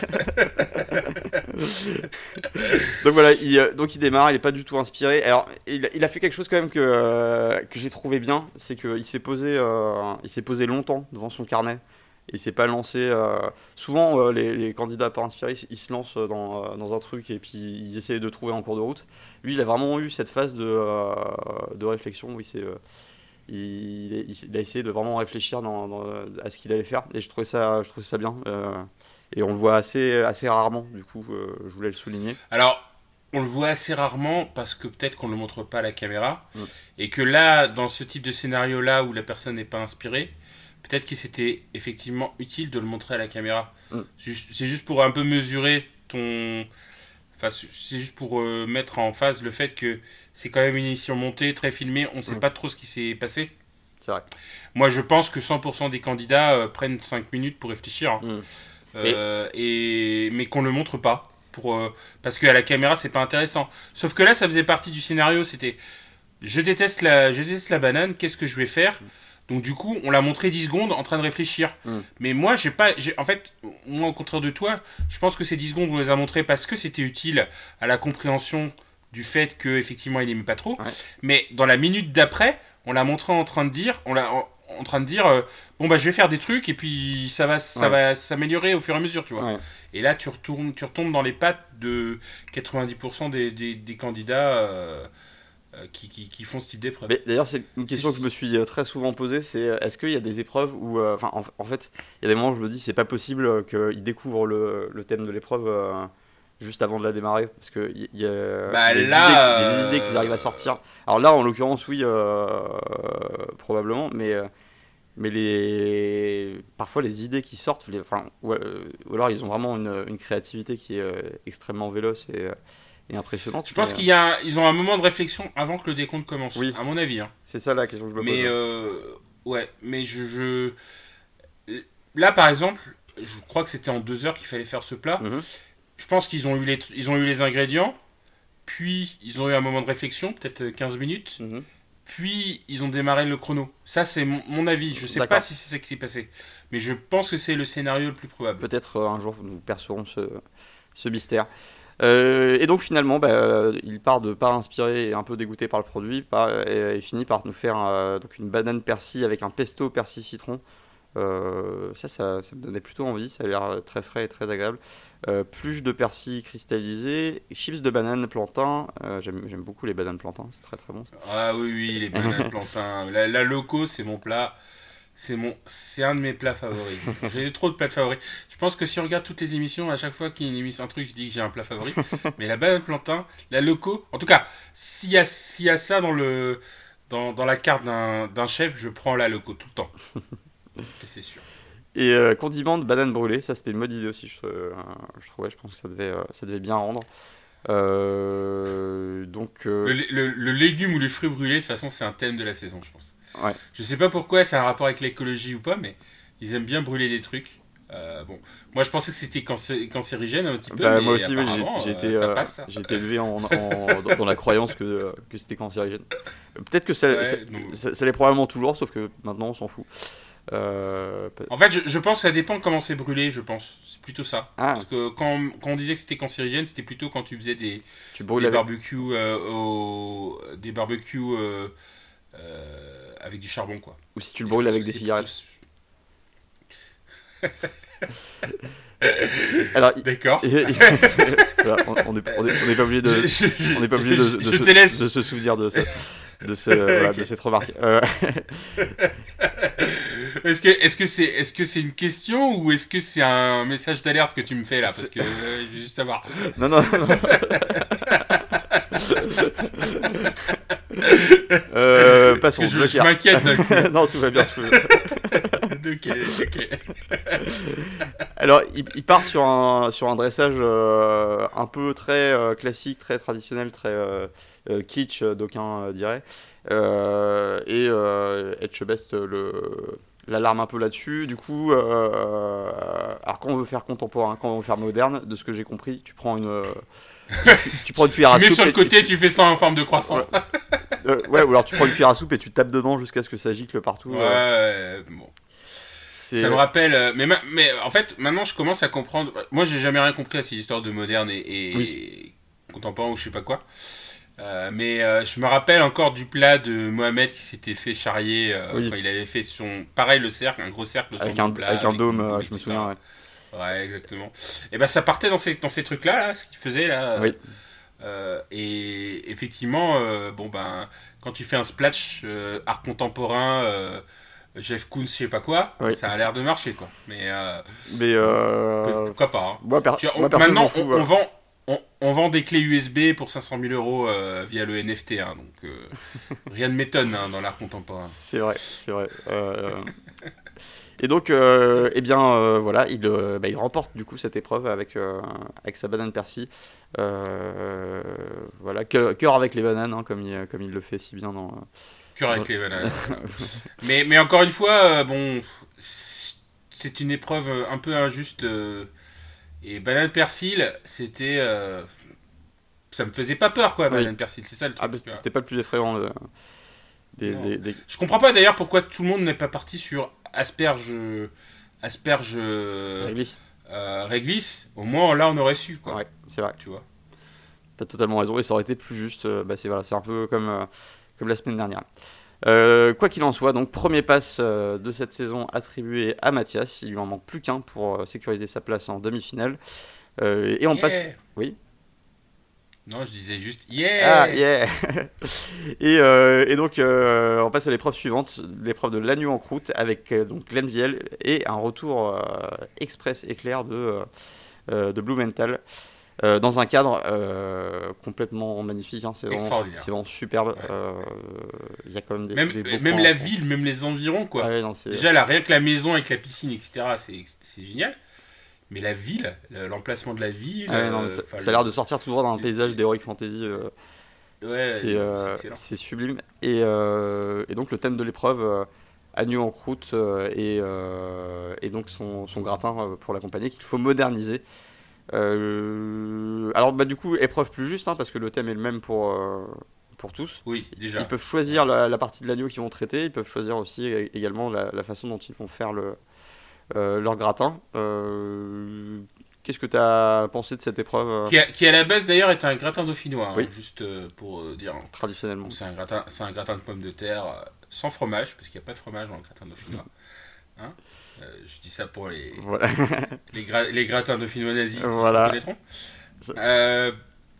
A: Donc voilà, il, euh, donc il démarre, il est pas du tout inspiré. Alors il, a- il a fait quelque chose quand même que, euh, que j'ai trouvé bien, c'est qu'il s'est posé, euh, il s'est posé longtemps devant son carnet. Il s'est pas lancé. euh, Souvent euh, les, les candidats pas inspirés, ils se lancent dans, euh, dans un truc et puis ils essayent de trouver en cours de route. Lui, il a vraiment eu cette phase de, euh, de réflexion où il s'est, euh, il, est- il a essayé de vraiment réfléchir dans, dans- à ce qu'il allait faire et je trouvais ça, je trouvais ça bien. euh, et on le voit assez, assez rarement, du coup, euh, je voulais le souligner.
B: Alors, on le voit assez rarement parce que peut-être qu'on ne le montre pas à la caméra.
A: Mm.
B: Et que là, dans ce type de scénario-là où la personne n'est pas inspirée, peut-être que c'était effectivement utile de le montrer à la caméra.
A: Mm.
B: Juste- C'est juste pour un peu mesurer ton... Enfin, c'est juste pour euh, mettre en phase le fait que c'est quand même une émission montée, très filmée, on ne sait
A: Mm.
B: pas trop ce qui s'est passé.
A: C'est vrai.
B: Moi, je pense que cent pour cent des candidats euh, prennent cinq minutes pour réfléchir. hein.
A: Mm.
B: Euh, et... Mais qu'on ne le montre pas. Pour, euh, parce qu'à la caméra, c'est pas intéressant. Sauf que là, ça faisait partie du scénario. C'était je déteste la, je déteste la banane, qu'est-ce que je vais faire? Donc du coup, on l'a montré dix secondes en train de réfléchir. Mm. Mais moi, j'ai pas... J'ai, en fait, moi, au contraire de toi, je pense que ces dix secondes, on les a montrées parce que c'était utile à la compréhension du fait qu'effectivement, il aimait pas trop. Ouais. Mais dans la minute d'après, on l'a montré en train de dire... On l'a, en, en train de dire... Euh, bon, bah, je vais faire des trucs et puis ça va, ça ouais. va s'améliorer au fur et à mesure, tu vois. Ouais. Et là, tu, retournes, tu retombes dans les pattes de quatre-vingt-dix pour cent des, des, des candidats... Euh, Qui, qui, qui font ce type d'épreuve.
A: Mais d'ailleurs, c'est une question c'est... que je me suis très souvent posée, c'est est-ce qu'il y a des épreuves où, euh, enfin, en, en fait, il y a des moments où je me dis c'est pas possible qu'ils découvrent le, le thème de l'épreuve euh, juste avant de la démarrer, parce que il y a
B: bah
A: des,
B: là,
A: idées,
B: euh...
A: des idées qu'ils arrivent à sortir. Alors là, en l'occurrence, oui, euh, probablement, mais mais les parfois les idées qui sortent, les, enfin, ou, ou alors ils ont vraiment une, une créativité qui est euh, extrêmement véloce et Et impressionnante.
B: Je pense
A: mais...
B: qu'il y a, ils ont un moment de réflexion avant que le décompte commence, oui. À mon avis. Hein.
A: C'est ça la question que je me pose.
B: Mais euh, ouais, mais je, je, là par exemple, je crois que c'était en deux heures qu'il fallait faire ce plat. Mm-hmm. Je pense qu'ils ont eu les, ils ont eu les ingrédients, puis ils ont eu un moment de réflexion, peut-être quinze minutes, mm-hmm. puis ils ont démarré le chrono. Ça c'est mon, mon avis. Je sais D'accord. pas si c'est ça qui s'est passé, mais je pense que c'est le scénario le plus probable.
A: Peut-être euh, un jour nous percerons ce, ce mystère. Euh, et donc finalement, bah, il part de pas inspiré et un peu dégoûté par le produit, par, et, et finit par nous faire euh, donc une banane persil avec un pesto persil citron. Euh, ça, ça, ça me donnait plutôt envie, ça a l'air très frais et très agréable. Euh, pluche de persil cristallisé, chips de banane plantain. Euh, j'aime, j'aime beaucoup les bananes plantain, c'est très très bon. Ça.
B: Ah oui, oui, les bananes plantain. La, la loco, c'est mon plat. C'est, mon, c'est un de mes plats favoris. J'ai trop de plats favoris. Je pense que si on regarde toutes les émissions, à chaque fois qu'il y a une émission, un truc, je dis que j'ai un plat favori. Mais la banane plantain, la loco, en tout cas, s'il y a, s'il y a ça dans, le, dans, dans la carte d'un, d'un chef, je prends la loco tout le temps. C'est sûr.
A: Et euh, condiment de banane brûlée, ça c'était une mode idée aussi, je, euh, je trouvais, je pense que ça devait, euh, ça devait bien rendre. Euh, donc, euh...
B: le, le, le légume ou les fruits brûlés, de toute façon, c'est un thème de la saison, je pense.
A: Ouais.
B: Je sais pas pourquoi, c'est un rapport avec l'écologie ou pas, mais ils aiment bien brûler des trucs. Euh, bon, moi je pensais que c'était cancé- cancérigène un petit peu,
A: bah,
B: mais
A: moi aussi,
B: apparemment,
A: j'ai, j'ai,
B: euh,
A: été,
B: ça
A: euh,
B: passe, ça.
A: j'ai été élevé en, en, dans, dans la croyance que, que c'était cancérigène. Peut-être que ça, ouais, ça, ça, ça l'est probablement toujours, sauf que maintenant on s'en fout. Euh...
B: En fait, je, je pense que ça dépend de comment c'est brûlé, je pense. C'est plutôt ça. Ah. Parce que quand, quand on disait que c'était cancérigène, c'était plutôt quand tu faisais des,
A: tu
B: des avec... barbecues, euh, au, des barbecues euh, euh, avec du charbon, quoi.
A: Ou si tu le brûles avec des cigarettes.
B: Plutôt...
A: Alors,
B: d'accord.
A: Voilà, on n'est on est, on est pas obligé de, je, je, on est pas obligé de, de, se, de se souvenir de ça. De, ce, okay. voilà, de cette remarque. Euh...
B: est-ce, que, est-ce, que c'est, est-ce que c'est une question ou est-ce que c'est un message d'alerte que tu me fais là? Parce que euh, je veux juste savoir.
A: Non, non, non. euh, passons.
B: Parce que je, je m'inquiète d'un coup.
A: Non, tout va bien. Tout va bien.
B: Ok, ok.
A: Alors, il, il part sur un, sur un dressage euh, un peu très euh, classique, très traditionnel, très euh, euh, kitsch, d'aucuns euh, diraient. Euh, et euh, Etchebest le, l'alarme un peu là-dessus. Du coup, euh, alors quand on veut faire contemporain, quand on veut faire moderne, de ce que j'ai compris, tu prends une, euh, tu prends une cuillère à soupe.
B: Tu mets sur le côté, tu, tu fais ça en forme de croissant.
A: Ouais. euh, ouais, ou alors tu prends une cuillère à soupe et tu tapes dedans jusqu'à ce que ça gicle partout.
B: Ouais,
A: euh.
B: bon. C'est... Ça me rappelle, mais, ma... mais en fait, maintenant je commence à comprendre. Moi, j'ai jamais rien compris à ces histoires de moderne et, et... Oui. et contemporain ou je sais pas quoi. Euh, mais euh, je me rappelle encore du plat de Mohamed qui s'était fait charrier euh, oui. quand il avait fait son. Pareil, le cercle, un gros cercle
A: avec un, plat, avec un avec dôme, euh, je me souviens.
B: Ouais, ouais exactement. Et ben ça partait dans ces, dans ces trucs-là, là, ce qu'il faisait là.
A: Oui.
B: Euh, et effectivement, euh, bon ben, quand tu fais un splash euh, art contemporain. Euh, Jeff Koons, je sais pas quoi, oui. Ça a l'air de marcher quoi. Mais, euh,
A: mais euh...
B: pourquoi pas. Hein.
A: Moi, per-
B: tu vois, on,
A: moi,
B: maintenant,
A: fous,
B: on,
A: ouais.
B: on, vend, on, on vend des clés U S B pour cinq cent mille euros euh, via le N F T. Hein, donc euh, rien ne m'étonne hein, dans l'art contemporain.
A: C'est vrai, c'est vrai. Euh... Et donc, euh, eh bien, euh, voilà, il, euh, bah, il remporte du coup cette épreuve avec, euh, avec sa banane persil. Euh, voilà, cœur avec les bananes, hein, comme, il, comme il le fait si bien dans.
B: Cœur avec les bananes. mais, mais encore une fois, euh, bon, c'est une épreuve un peu injuste. Euh, et banane persil, c'était. Euh, ça me faisait pas peur, quoi, banane oui. persil, c'est ça le truc.
A: Ah, bah, c'était pas le plus effrayant. De... des, des, des...
B: Je comprends pas d'ailleurs pourquoi tout le monde n'est pas parti sur asperge, asperge
A: réglisse.
B: Euh, réglisse. Au moins là on aurait su quoi.
A: Ouais, c'est vrai.
B: Tu vois.
A: T'as totalement raison et ça aurait été plus juste. Euh, bah c'est voilà, c'est un peu comme euh, comme la semaine dernière. Euh, quoi qu'il en soit, donc premier pass euh, de cette saison attribué à Mathias. Il lui en manque plus qu'un pour euh, sécuriser sa place en demi-finale. Euh, et on
B: Yeah.
A: passe. Oui.
B: Non, je disais juste yeah.
A: Ah yeah. et, euh, et donc euh, on passe à l'épreuve suivante, l'épreuve de l'agneau en croûte avec euh, donc Glenn Viel et un retour euh, express éclair de euh, de Blumenthal. Euh, dans un cadre euh, complètement magnifique, hein, c'est, vraiment, c'est vraiment superbe. Il
B: ouais.
A: euh, y a quand même des,
B: même,
A: des beaux
B: même
A: points
B: la
A: en
B: ville, même les environs, quoi.
A: Ah ouais, non, c'est...
B: Déjà, là, rien que la maison avec la piscine, et cetera, c'est, c'est génial. Mais la ville, l'emplacement de la ville...
A: Ah ouais, non, ça, ça a l'air de sortir tout droit dans un paysage d'Heroic Fantasy. Euh,
B: ouais,
A: c'est, euh, c'est, c'est sublime. Et, euh, et donc le thème de l'épreuve, euh, agneau en croûte, euh, et, euh, et donc son, son gratin euh, pour l'accompagner, qu'il faut moderniser. Euh, alors bah du coup épreuve plus juste hein, parce que le thème est le même pour, euh, pour tous.
B: Oui, déjà.
A: Ils peuvent choisir la, la partie de l'agneau qu'ils vont traiter, ils peuvent choisir aussi également la, la façon dont ils vont faire le, euh, leur gratin. Euh, qu'est-ce que tu as pensé de cette épreuve
B: qui, a, qui à la base d'ailleurs est un gratin dauphinois,
A: oui.
B: hein, juste pour euh, dire.
A: Traditionnellement.
B: Donc, c'est, un gratin, c'est un gratin de pommes de terre euh, sans fromage, parce qu'il n'y a pas de fromage dans le gratin dauphinois. Hein Euh, je dis ça pour les,
A: voilà.
B: les, gra- les gratins dauphinois nazis qui
A: voilà.
B: se reconnaîtront. Euh,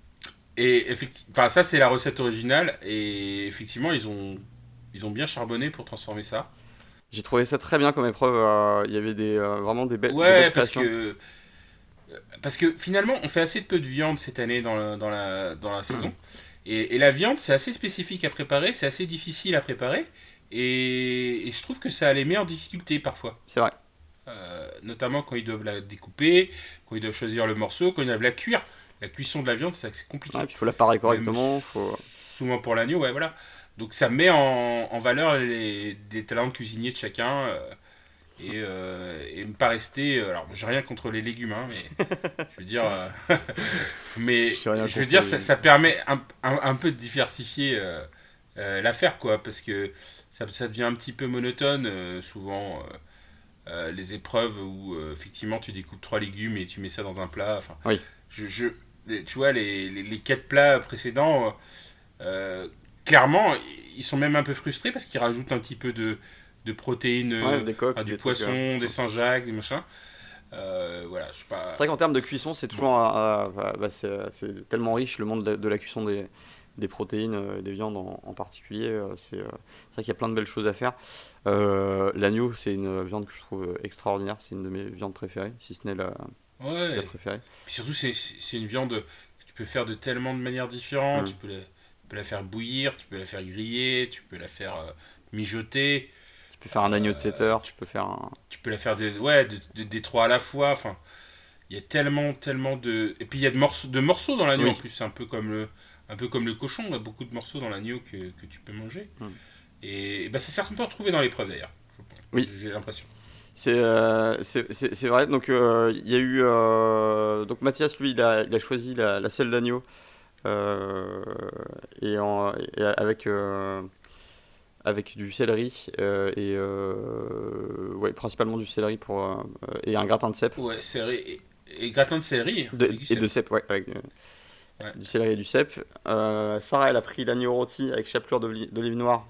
B: et effectivement, ça c'est la recette originale et effectivement ils ont ils ont bien charbonné pour transformer ça.
A: J'ai trouvé ça très bien comme épreuve. Euh, il y avait des euh, vraiment des, be-
B: ouais,
A: des belles
B: parce
A: créations.
B: que parce que finalement on fait assez peu de viande cette année dans la, dans la, dans la saison et, et la viande c'est assez spécifique à préparer, c'est assez difficile à préparer. Et, et je trouve que ça les met en difficulté parfois.
A: C'est vrai.
B: Euh, notamment quand ils doivent la découper, quand ils doivent choisir le morceau, quand ils doivent la cuire. La cuisson de la viande, c'est, c'est compliqué.
A: Ouais, puis il faut la parer correctement. Faut...
B: Souvent pour l'agneau, ouais, voilà. Donc ça met en, en valeur les, des talents de cuisinier de chacun. Euh, et, euh, et ne pas rester. Euh, alors, j'ai rien contre les légumes, hein, mais je veux dire. Euh, mais je, je veux dire, ça, ça permet un, un, un peu de diversifier euh, euh, l'affaire, quoi, parce que ça, ça devient un petit peu monotone, euh, souvent. Euh, euh, les épreuves où euh, effectivement tu découpes trois légumes et tu mets ça dans un plat. Enfin,
A: oui.
B: je, je, les, tu vois, les, les, les quatre plats précédents, euh, clairement, ils sont même un peu frustrés parce qu'ils rajoutent un petit peu de, de protéines,
A: ouais, des coques,
B: enfin, du
A: des
B: poisson,
A: trucs, euh...
B: des Saint-Jacques, des machins. Euh, voilà, je sais pas.
A: C'est vrai qu'en termes de cuisson, c'est toujours un, un, un, bah, c'est, c'est tellement riche le monde de, de la cuisson des, des protéines, euh, des viandes en, en particulier. Euh, c'est, euh, c'est vrai qu'il y a plein de belles choses à faire. Euh, l'agneau, c'est une viande que je trouve extraordinaire. C'est une de mes viandes préférées, si ce n'est la,
B: ouais.
A: la préférée.
B: Puis surtout, c'est, c'est une viande que tu peux faire de tellement de manières différentes.
A: Mmh.
B: Tu, peux la, tu peux la faire bouillir, tu peux la faire griller, tu peux la faire euh, mijoter.
A: Tu peux faire un agneau de sept heures, tu peux faire un...
B: Tu peux la faire des, ouais, de, de, des trois à la fois. Enfin, il y a tellement, tellement de... Et puis il y a de morceaux, de morceaux dans l'agneau oui. En plus. C'est un peu comme le, un peu comme le cochon. Il y a beaucoup de morceaux dans l'agneau que, que tu peux manger. Mmh. Et, et ben, c'est certainement retrouvé dans l'épreuve d'ailleurs.
A: Oui.
B: J'ai l'impression.
A: C'est, euh, c'est, c'est, c'est vrai. Donc il euh, y a eu... Euh, donc Mathias, lui, il a, il a choisi la, la selle d'agneau. Euh, et, en, et avec... Euh, avec du céleri euh, et euh, ouais, principalement du céleri pour euh, et un gratin de cèpe.
B: Ouais, céleri et, et gratin de céleri
A: de, et cèpe. de cèpe, ouais, avec du, ouais. du céleri et du cèpe. Euh, Sarah, elle a pris l'agneau rôti avec chapelure d'olive noire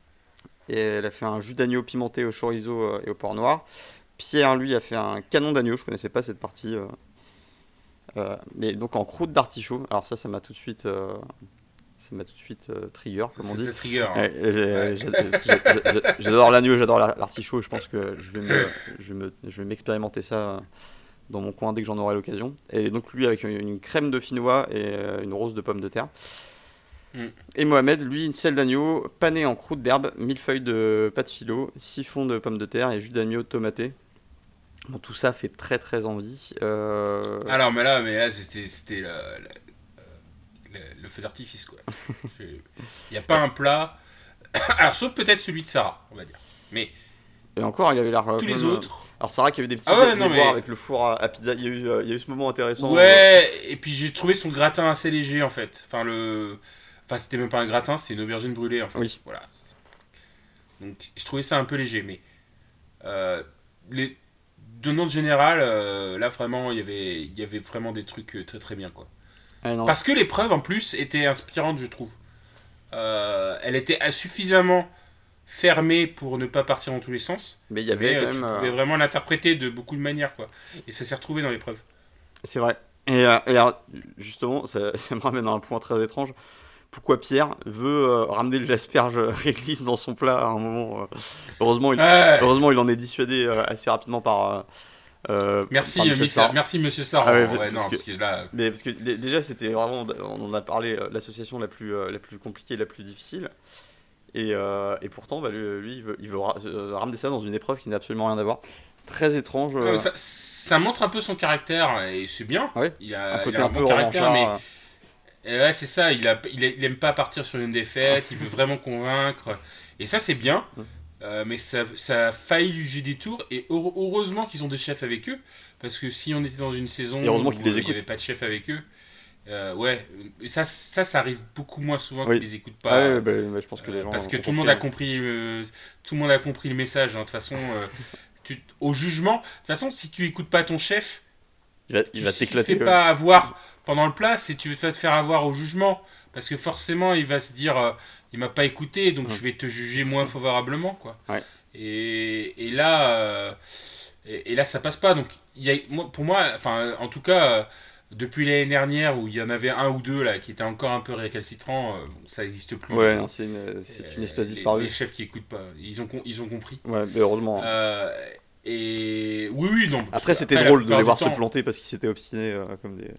A: et elle a fait un jus d'agneau pimenté au chorizo et au porc noir. Pierre, lui, a fait un canon d'agneau. Je connaissais pas cette partie, euh, euh, mais donc en croûte d'artichaut. Alors ça, ça m'a tout de suite euh, ça m'a tout de suite euh, trigger, comme on dit.
B: C'est trigger. Hein.
A: Ouais, ouais. J'adore l'agneau, j'adore l'artichaut. Je pense que je vais, me, je, vais me, je vais m'expérimenter ça dans mon coin dès que j'en aurai l'occasion. Et donc lui avec une, une crème dauphinois et une rose de pommes de terre. Mm. Et Mohamed, lui, une selle d'agneau panée en croûte d'herbe, mille feuilles de pâte philo, siphon de pommes de terre et jus d'agneau tomaté. Bon, tout ça fait très très envie. Euh...
B: Alors, mais là, mais là c'était, c'était la, la... le feu d'artifice, quoi. Il n'y a pas un plat... Alors, sauf peut-être celui de Sarah, on va dire. Mais...
A: Et encore, il avait l'air...
B: Tous les
A: euh,
B: autres...
A: Alors, Sarah qui a eu des petits
B: ah ouais,
A: déboires
B: mais...
A: avec le four à, à pizza. Il y, a eu, euh, il y a eu ce moment intéressant.
B: Ouais, euh... et puis j'ai trouvé son gratin assez léger, en fait. Enfin, le... Enfin, c'était même pas un gratin, c'était une aubergine brûlée, en fait.
A: Oui.
B: Voilà. Donc je trouvais ça un peu léger, mais euh, les, de note générale, euh, là vraiment, il y avait, il y avait vraiment des trucs très très bien, quoi.
A: Ah, non.
B: Parce que l'épreuve, en plus, était inspirante, je trouve. Euh, elle était suffisamment fermée pour ne pas partir dans tous les sens,
A: Mais il y avait
B: mais
A: quand
B: euh, tu
A: même.
B: pouvais
A: euh,
B: vraiment l'interpréter de beaucoup de manières, quoi. Et ça s'est retrouvé dans l'épreuve.
A: C'est vrai. Et, euh, et alors, justement, ça, ça me ramène à un point très étrange. Pourquoi Pierre veut euh, ramener de l'asperge réglisse dans son plat à un moment euh, heureusement, il,
B: Ouais.
A: heureusement, il en est dissuadé euh, assez rapidement par, euh, euh,
B: Merci,
A: par
B: euh,
A: Michel
B: Miss-
A: Sarr.
B: merci Monsieur Sarr.
A: Ah ouais,
B: Ouais,
A: parce
B: non,
A: que,
B: parce que là,
A: mais parce que dé- déjà, c'était vraiment, on en a parlé, euh, l'association la plus, euh, la plus compliquée, la plus difficile. Et, euh, et pourtant, bah, lui, lui, il veut, il veut ra- euh, ramener ça dans une épreuve qui n'a absolument rien à voir. Très étrange.
B: euh,
A: euh,
B: ça, ça montre un peu son caractère et c'est bien.
A: ouais,
B: Il
A: un
B: a, il
A: côté
B: a
A: un
B: un
A: peu
B: bon caractère, mais
A: revanchard.
B: et ouais, c'est ça. Il, a, il, a- il aime pas partir sur une défaite. Il veut vraiment convaincre. Et ça, c'est bien.
A: euh.
B: Euh, mais ça, ça a failli lui jouer des tours. Et heure- heureusement qu'ils ont des chefs avec eux. Parce que si on était dans une saison
A: Et heureusement
B: où
A: qu'il les
B: euh, il n'y
A: écoute.
B: avait pas de chef avec eux, euh, ouais, et ça, ça, ça arrive beaucoup moins souvent
A: Oui.
B: qu'ils les écoutent
A: Ah
B: pas.
A: ouais, bah, bah, je pense que les
B: Euh,
A: gens
B: parce
A: ont
B: que tout
A: compris,
B: le monde a
A: hein.
B: compris, euh, tout le monde a compris le message. hein. De toute façon, euh, tu, au jugement, de toute façon, si tu écoutes pas ton chef,
A: Il va, il
B: tu,
A: va
B: si tu te
A: t'éclater
B: fais
A: quand même.
B: pas avoir pendant le plat, c'est tu vas te faire avoir au jugement. Parce que forcément, il va se dire, euh, il m'a pas écouté, donc
A: Hum.
B: je vais te juger moins favorablement, quoi.
A: Ouais.
B: Et, et là, euh, et, et là, ça passe pas. Donc, il y a, moi, pour moi, enfin, en tout cas, euh, depuis l'année dernière où il y en avait un ou deux là qui étaient encore un peu récalcitrants, euh, bon, ça n'existe plus.
A: Ouais,
B: Les,
A: non, c'est une, c'est une
B: euh,
A: espèce
B: les,
A: disparue.
B: les chefs qui écoutent pas, ils ont, com- ils ont compris.
A: Ouais, mais heureusement. hein.
B: Euh, et oui, oui, non. parce
A: Après,
B: que
A: c'était
B: la
A: drôle de
B: plupart
A: les
B: du
A: voir se
B: temps-
A: planter parce qu'ils s'étaient obstinés euh, comme des.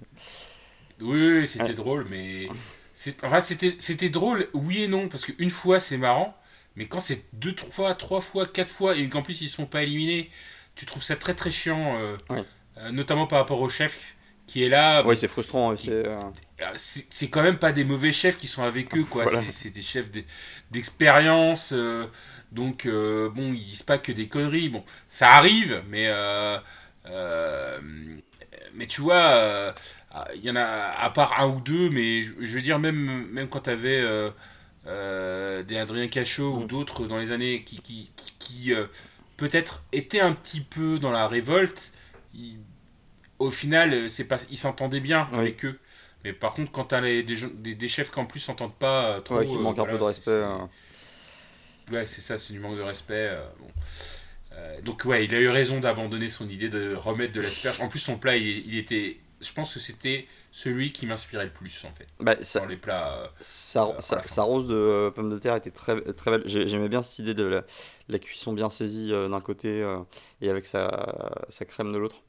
B: Oui, oui, c'était
A: Ouais.
B: drôle, mais. c'est- Enfin, c'était c'était drôle, oui et non, parce qu'une fois c'est marrant, mais quand c'est deux, trois, trois fois, quatre fois, et qu'en plus ils se font pas éliminer, tu trouves ça très très chiant, euh,
A: Ouais.
B: euh, notamment par rapport au chef qui est là.
A: Ouais,
B: Bon,
A: c'est frustrant. ouais,
B: qui-
A: C'est, euh,
B: euh, c'est c'est quand même pas des mauvais chefs qui sont avec eux, quoi.
A: Voilà.
B: C'est c'est des chefs de- d'expérience, euh, donc euh, bon, ils disent pas que des conneries. Bon, ça arrive, mais. euh, euh, mais tu vois, euh, il y en a à part un ou deux, mais je, je veux dire, même, même quand tu avais euh, euh, des Adrien Cachot ou
A: Mm.
B: d'autres dans les années qui, qui, qui, qui, euh, peut-être étaient un petit peu dans la révolte, ils- au final, euh, c'est pas, ils s'entendaient bien
A: Oui.
B: avec eux. Mais par contre, quand tu as des, gens- des, des chefs qui en plus s'entendent pas euh, trop.
A: ouais, qui
B: euh,
A: manque un
B: voilà,
A: peu de
B: c'est-
A: respect.
B: c'est-
A: euh.
B: Ouais, c'est ça, c'est du manque de respect. euh, bon. Euh, donc ouais, il a eu raison d'abandonner son idée de remettre de l'asperge. En plus, son plat, il, il était... Je pense que c'était celui qui m'inspirait le plus, en fait,
A: Bah, ça,
B: dans les plats. euh,
A: ça,
B: euh, à
A: ça,
B: la fin.
A: sa rose de euh, pommes de terre était très, très belle. J'ai- J'aimais bien cette idée de la, la cuisson bien saisie euh, d'un côté euh, et avec sa, sa crème de l'autre.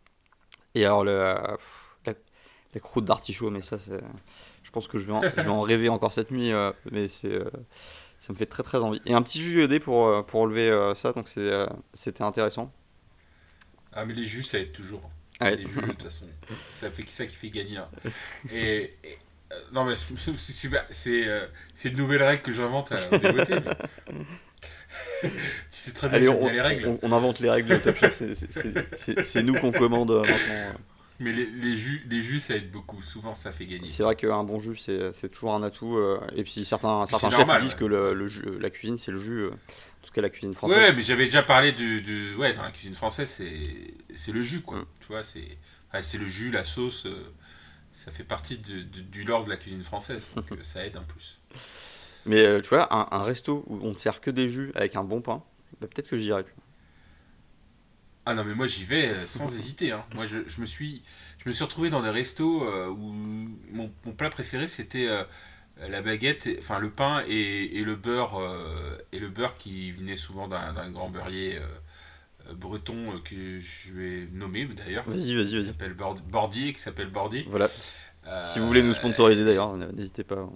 A: Et alors, le, euh, pff, la, la croûte d'artichaut, mais ça, c'est. Je pense que je vais en, je vais en rêver encore cette nuit, euh, mais c'est, euh, ça me fait très très envie. Et un petit jus iodé pour, euh, pour relever euh, ça, donc c'est, euh, c'était intéressant.
B: Ah, mais les jus, ça aide toujours.
A: Ouais.
B: Les jus, de toute façon, ça fait ça qui fait gagner. hein. Et, et, euh, non, mais c'est c'est pas- c'est, euh, c'est une nouvelle règle que j'invente à dévoter. Mais... tu sais très bien
A: Allez,
B: que j'aime
A: on,
B: bien les règles.
A: on- on invente les règles de Top Chef, c'est- c'est- c'est c'est- c'est nous qu'on commande euh, maintenant.
B: Mais les, les jus, les jus, ça aide beaucoup. Souvent, ça fait gagner.
A: C'est vrai qu'un bon jus, c'est c'est toujours un atout. euh, et puis certains,
B: Puis
A: certains
B: c'est
A: chefs
B: normal,
A: disent
B: ouais.
A: que le, le jus- la cuisine, c'est le jus, euh, en tout cas la cuisine française.
B: Ouais, mais j'avais déjà parlé de, de. Ouais, dans la cuisine française, c'est c'est le jus, quoi.
A: Mm.
B: Tu vois, c'est ouais, c'est le jus, la sauce. euh, ça fait partie de- de- du lore de la cuisine française. Donc euh, ça aide un plus.
A: Mais euh, tu vois, un, un resto où on ne sert que des jus avec un bon pain, bah, peut-être que j'y irai plus.
B: Ah non, mais moi, j'y vais euh, sans hésiter. hein. Moi, je, je me suis, je me suis retrouvé dans des restos euh, où mon, mon plat préféré, c'était euh, la baguette, et- enfin le pain et, et le beurre, euh, et le beurre qui venait souvent d'un d'un grand beurrier euh, euh, breton euh, que je vais nommer d'ailleurs,
A: Vas-y, vas-y,
B: qui
A: vas-y.
B: s'appelle Bord- Bordier, qui s'appelle Bordier.
A: Voilà.
B: Euh,
A: Si vous voulez nous sponsoriser d'ailleurs, euh, n'hésitez pas.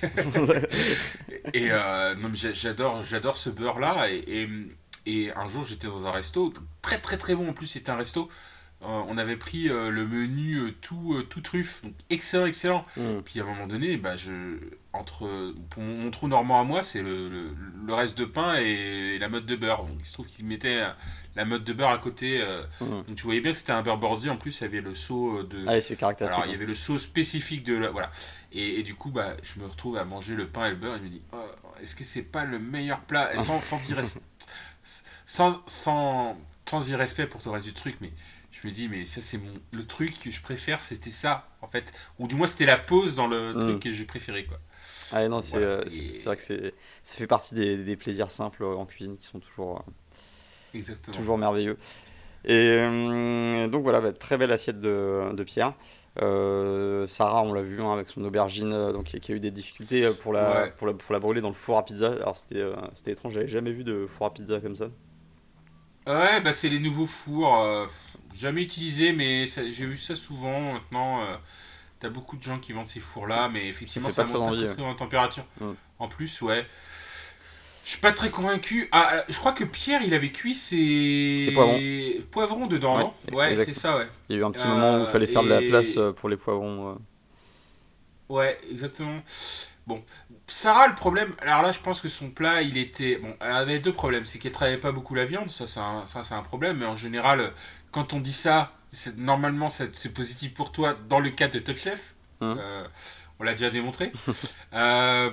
B: Et euh, non, mais j'a- j'adore, j'adore ce beurre là. Et, et, et un jour, j'étais dans un resto très très très bon en plus. C'était un resto. euh, on avait pris euh, le menu euh, tout, euh, tout truffe, donc excellent, excellent.
A: Hmm.
B: Puis à un moment donné, bah, je, entre pour mon, mon trou normand à moi, c'est le, le, le reste de pain et la motte de beurre. Donc, il se trouve qu'il mettait la motte de beurre à côté. Euh,
A: Mmh.
B: donc tu voyais bien que c'était un beurre bordier. En plus, il y avait le seau de.
A: Ah, ouais, c'est caractéristique.
B: Alors, il y
A: Hein.
B: avait le seau spécifique de la. Voilà. Et, et du coup, bah, je me retrouve à manger le pain et le beurre. Et je me dis, oh, est-ce que c'est pas le meilleur plat? Et sans, sans, dire, sans, sans, sans irrespect pour tout le reste du truc, mais je me dis, mais ça, c'est mon, le truc que je préfère, c'était ça, en fait. Ou du moins, c'était la pause dans le
A: Mmh.
B: truc que j'ai préféré, quoi.
A: Ah, non, c'est,
B: Voilà.
A: euh, c'est, c'est vrai
B: Et...
A: que c'est, ça fait partie des, des plaisirs simples en cuisine qui sont toujours, euh,
B: Exactement.
A: toujours merveilleux. Et euh, donc voilà, bah, très belle assiette de, de Pierre. Euh, Sarah, on l'a vu hein, avec son aubergine, euh, donc, qui, qui a eu des difficultés euh, pour la,
B: Ouais.
A: pour la, pour la brûler dans le four à pizza. Alors c'était, euh, c'était étrange, j'avais jamais vu de four à pizza comme ça.
B: Ouais, bah, c'est les nouveaux fours. Euh, jamais utilisé, mais ça- j'ai vu ça souvent. Maintenant, euh, t'as beaucoup de gens qui vendent ces fours-là, mais
A: Ça
B: effectivement,
A: fait pas
B: ça
A: très
B: monte pas
A: envie.
B: très
A: euh.
B: très en température.
A: Mm.
B: En plus, ouais. Je suis pas très convaincu. Ah, euh, je crois que Pierre, il avait cuit
A: C'est poivrons.
B: ses poivrons dedans,
A: Ouais,
B: non? Ouais, c'est
A: exact.
B: ça, ouais.
A: Il y a eu un petit moment où il
B: Euh,
A: fallait faire de la place
B: et
A: euh, pour les poivrons. euh.
B: ouais, exactement. Bon, Sarah, le problème, alors là, je pense que son plat, il était. Bon, elle avait deux problèmes. C'est qu'elle travaillait pas beaucoup la viande, ça, c'est un, ça, c'est un problème, mais en général, quand on dit ça, c'est, normalement, ça- c'est positif pour toi dans le cadre de Top Chef.
A: Hum.
B: Euh, on l'a déjà démontré. Euh,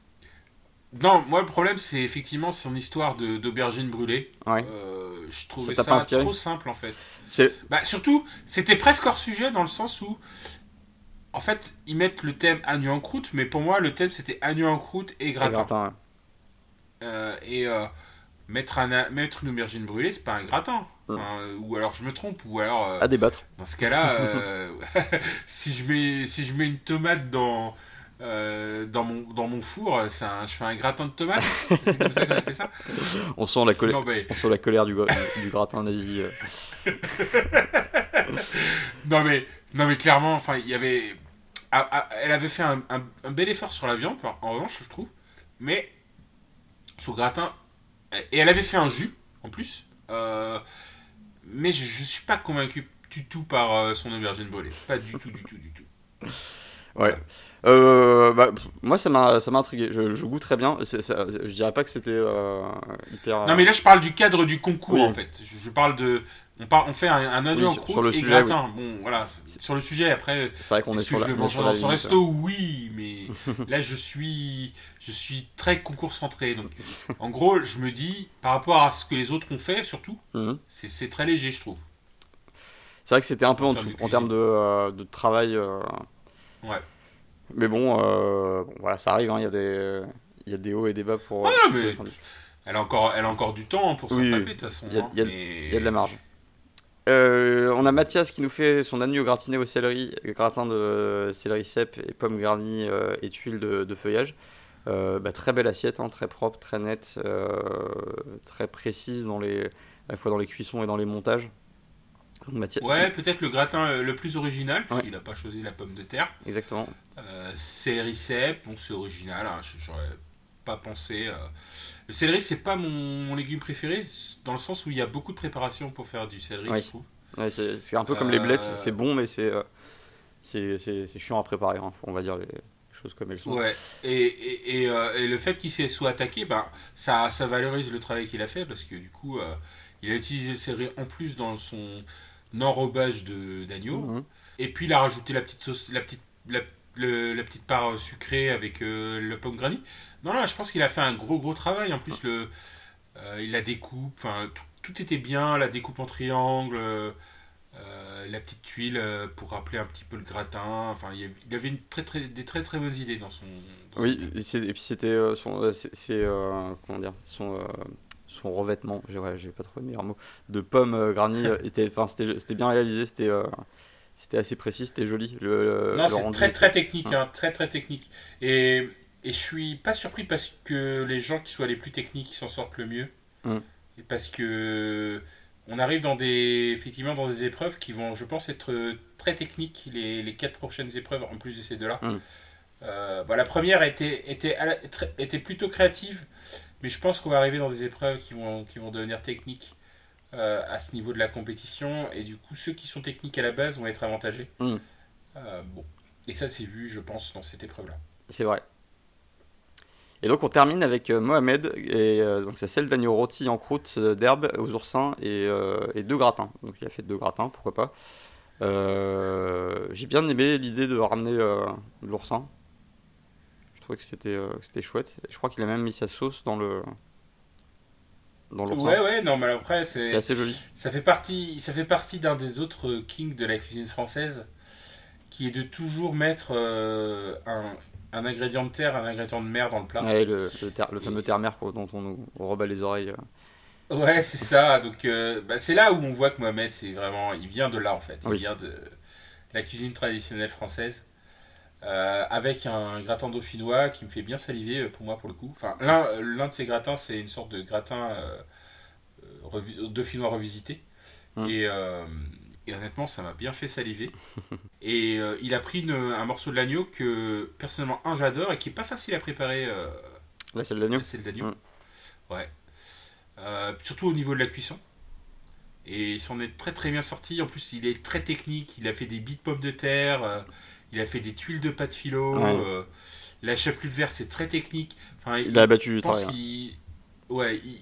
B: non, moi, le problème, c'est effectivement son histoire de, d'aubergine brûlée.
A: Ouais.
B: Euh, je
A: Ça
B: trouvais
A: t'a pas
B: ça
A: inspiré?
B: trop simple, en fait.
A: C'est,
B: Bah, surtout, c'était presque hors sujet dans le sens où en fait, ils mettent le thème agneau en croûte, mais pour moi, le thème c'était agneau en croûte et
A: c'est
B: gratin.
A: gratin.
B: Euh, et euh, mettre, un, mettre une aubergine brûlée, c'est pas un gratin.
A: Ouais. Hum.
B: Enfin, euh, ou alors je me trompe, ou alors euh,
A: À débattre.
B: dans ce cas-là, euh, si, je mets, si je mets une tomate dans, euh, dans, mon, dans mon four, c'est un, je fais un gratin de tomate. C'est comme ça qu'on appelle ça.
A: On sent la colère,
B: Non, mais,
A: on sent la colère du, du, du gratin nazi. euh.
B: non, mais, non, mais clairement, enfin, il y avait. Ah, ah, elle avait fait un, un, un bel effort sur la viande, en revanche, je trouve. Mais son gratin. Et elle avait fait un jus, en plus. Euh, mais je, je suis pas convaincu du tout par euh, son aubergine brûlée. Pas du tout, du tout, du tout.
A: Ouais.
B: Voilà.
A: Euh, bah, pff, moi, ça m'a, ça m'a intrigué. Je, je goûte très bien. C'est, ça- je dirais pas que c'était euh, hyper.
B: Non,
A: euh,
B: mais là, je parle du cadre du concours,
A: Oui,
B: en fait. Je, je parle de. On, par, on fait un, un
A: oui,
B: oignon en
A: sur, sur le
B: croûte et
A: sujet, oui.
B: gratin. Bon, voilà.
A: C'est
B: Sur le sujet, après.
A: c'est vrai qu'on est
B: Est-ce que
A: sur
B: je
A: la,
B: le
A: on est sur
B: mangerai
A: la
B: dans son
A: limite.
B: resto? Oui, mais là, je suis, je suis très concours centré. Donc, en gros, je me dis, par rapport à ce que les autres ont fait, surtout,
A: Mhm.
B: c'est c'est très léger, je trouve,
A: C'est vrai que c'était un peu
B: en
A: en
B: termes
A: dessous
B: de
A: en termes
B: cuisine.
A: de, euh, de travail. euh,
B: Ouais.
A: Mais bon, euh, bon, voilà, ça arrive. hein, Il y a des, il y a des hauts et des bas pour,
B: Ah,
A: euh, pour tous les
B: mais
A: produits.
B: elle a encore, elle a encore du temps pour se
A: Oui,
B: rattraper,
A: oui,
B: de toute façon.
A: il y a,
B: Hein,
A: il y a- il y a de la
B: mais.
A: marge. Euh, on a Mathias qui nous fait son agneau gratiné au céleri, gratin de céleri cèpe et pommes garnies euh, et tuiles de, de feuillage. Euh, bah, très belle assiette, hein, très propre, très nette, euh, très précise dans les, à la fois dans les cuissons et dans les montages. Donc, Mathias,
B: Ouais, peut-être le gratin euh, le plus original,
A: ouais,
B: puisqu'il n'a pas choisi la pomme de terre.
A: exactement.
B: Euh, céleri cèpe, bon, c'est original, hein, j- j'aurais pas pensé. euh. Le céleri, c'est pas mon, mon légume préféré, dans le sens où il y a beaucoup de préparation pour faire du céleri, je
A: Oui,
B: trouve.
A: ouais, c'est c'est un peu comme les blettes, c'est
B: Euh,
A: bon, mais c'est euh, c'est c'est- c'est chiant à préparer. Hein, on va dire les choses comme elles sont.
B: ouais, et, et, et, euh, et le fait qu'il s'y soit attaqué, ben, ça, ça valorise le travail qu'il a fait, parce que du coup, euh, il a utilisé le céleri en plus dans son enrobage de- d'agneau.
A: Mhm.
B: Et puis il a rajouté la petite sauce, la petite, la, le- la petite part sucrée avec euh, la pomme granny. Non, non, je pense qu'il a fait un gros gros travail. En plus, le, euh, il la découpe, enfin, tout, tout était bien, la découpe en triangle, euh, euh, la petite tuile euh, pour rappeler un petit peu le gratin. Enfin, il y avait, il avait une très, très, des très très bonnes idées dans son, dans son
A: Oui,
B: plat.
A: et c'est- et puis c'était euh, son, euh, c'est c'est, euh, comment dire, son, euh, son revêtement, j'ai ouais, j'ai pas trouvé le meilleur mot, de pommes euh, garnies, euh, était, enfin c'était c'était bien réalisé, c'était euh, c'était assez précis, c'était joli, le,
B: Non,
A: le
B: c'est
A: rendu
B: très très
A: était.
B: technique,
A: Ouais.
B: hein, très très technique. Et, et je suis pas surpris parce que les gens qui soient les plus techniques, qui s'en sortent le mieux.
A: Mm.
B: Et parce que on arrive dans des, effectivement dans des épreuves qui vont, je pense, être euh, très techniques, les, les quatre prochaines épreuves, en plus de ces deux-là.
A: Mm.
B: Euh, bah, la première était, était, à la- très- était plutôt créative, mais je pense qu'on va arriver dans des épreuves qui vont, qui vont devenir techniques euh, à ce niveau de la compétition, et du coup, ceux qui sont techniques à la base vont être avantagés.
A: Mm.
B: Euh, bon. Et ça, c'est vu, je pense, dans cette épreuve-là.
A: C'est vrai. Et donc on termine avec euh, Mohamed, et euh, donc ça c'est le d'agneau rôti en croûte euh, d'herbe aux oursins et, euh, et deux gratins. Donc il a fait deux gratins, pourquoi pas. Euh, j'ai bien aimé l'idée de ramener euh, l'oursin. Je trouvais que c'était euh, que c'était chouette. Je crois qu'il a même mis sa sauce dans le dans l'oursin.
B: Ouais, ouais, non, mais après,
A: C'était
B: c'est,
A: assez joli.
B: ça fait partie, ça fait partie d'un des autres kings de la cuisine française, qui est de toujours mettre euh, un, un ingrédient de terre, un ingrédient de mer dans le plat.
A: Ouais, le, le, ter- le
B: Et-
A: fameux terre-mer quoi, dont on nous rebat les oreilles. euh.
B: ouais, c'est ça. Donc, euh, bah, c'est là où on voit que Mohamed, c'est vraiment, il vient de là en fait. Il
A: Oui.
B: vient de la cuisine traditionnelle française, euh, avec un gratin dauphinois qui me fait bien saliver euh, pour moi pour le coup. Enfin, l'un, l'un de ces gratins, c'est une sorte de gratin euh, revi- dauphinois revisité.
A: Hmm.
B: Et, euh, et honnêtement, ça m'a bien fait saliver. Et euh, il a pris une- un morceau de l'agneau que personnellement, un, j'adore et qui est pas facile à préparer. Euh,
A: Là c'est de l'agneau.
B: c'est le d'agneau.
A: Hmm.
B: Ouais. Euh, surtout au niveau de la cuisson. Et il s'en est très très bien sorti. En plus, il est très technique. Il a fait des billes de pommes de terre. euh, il a fait des tuiles de pâte philo.
A: Ouais.
B: euh, la chapelure verte, c'est très technique. Enfin,
A: Il a abattu
B: je
A: du
B: pense
A: travail. hein.
B: qu'il. Ouais, il,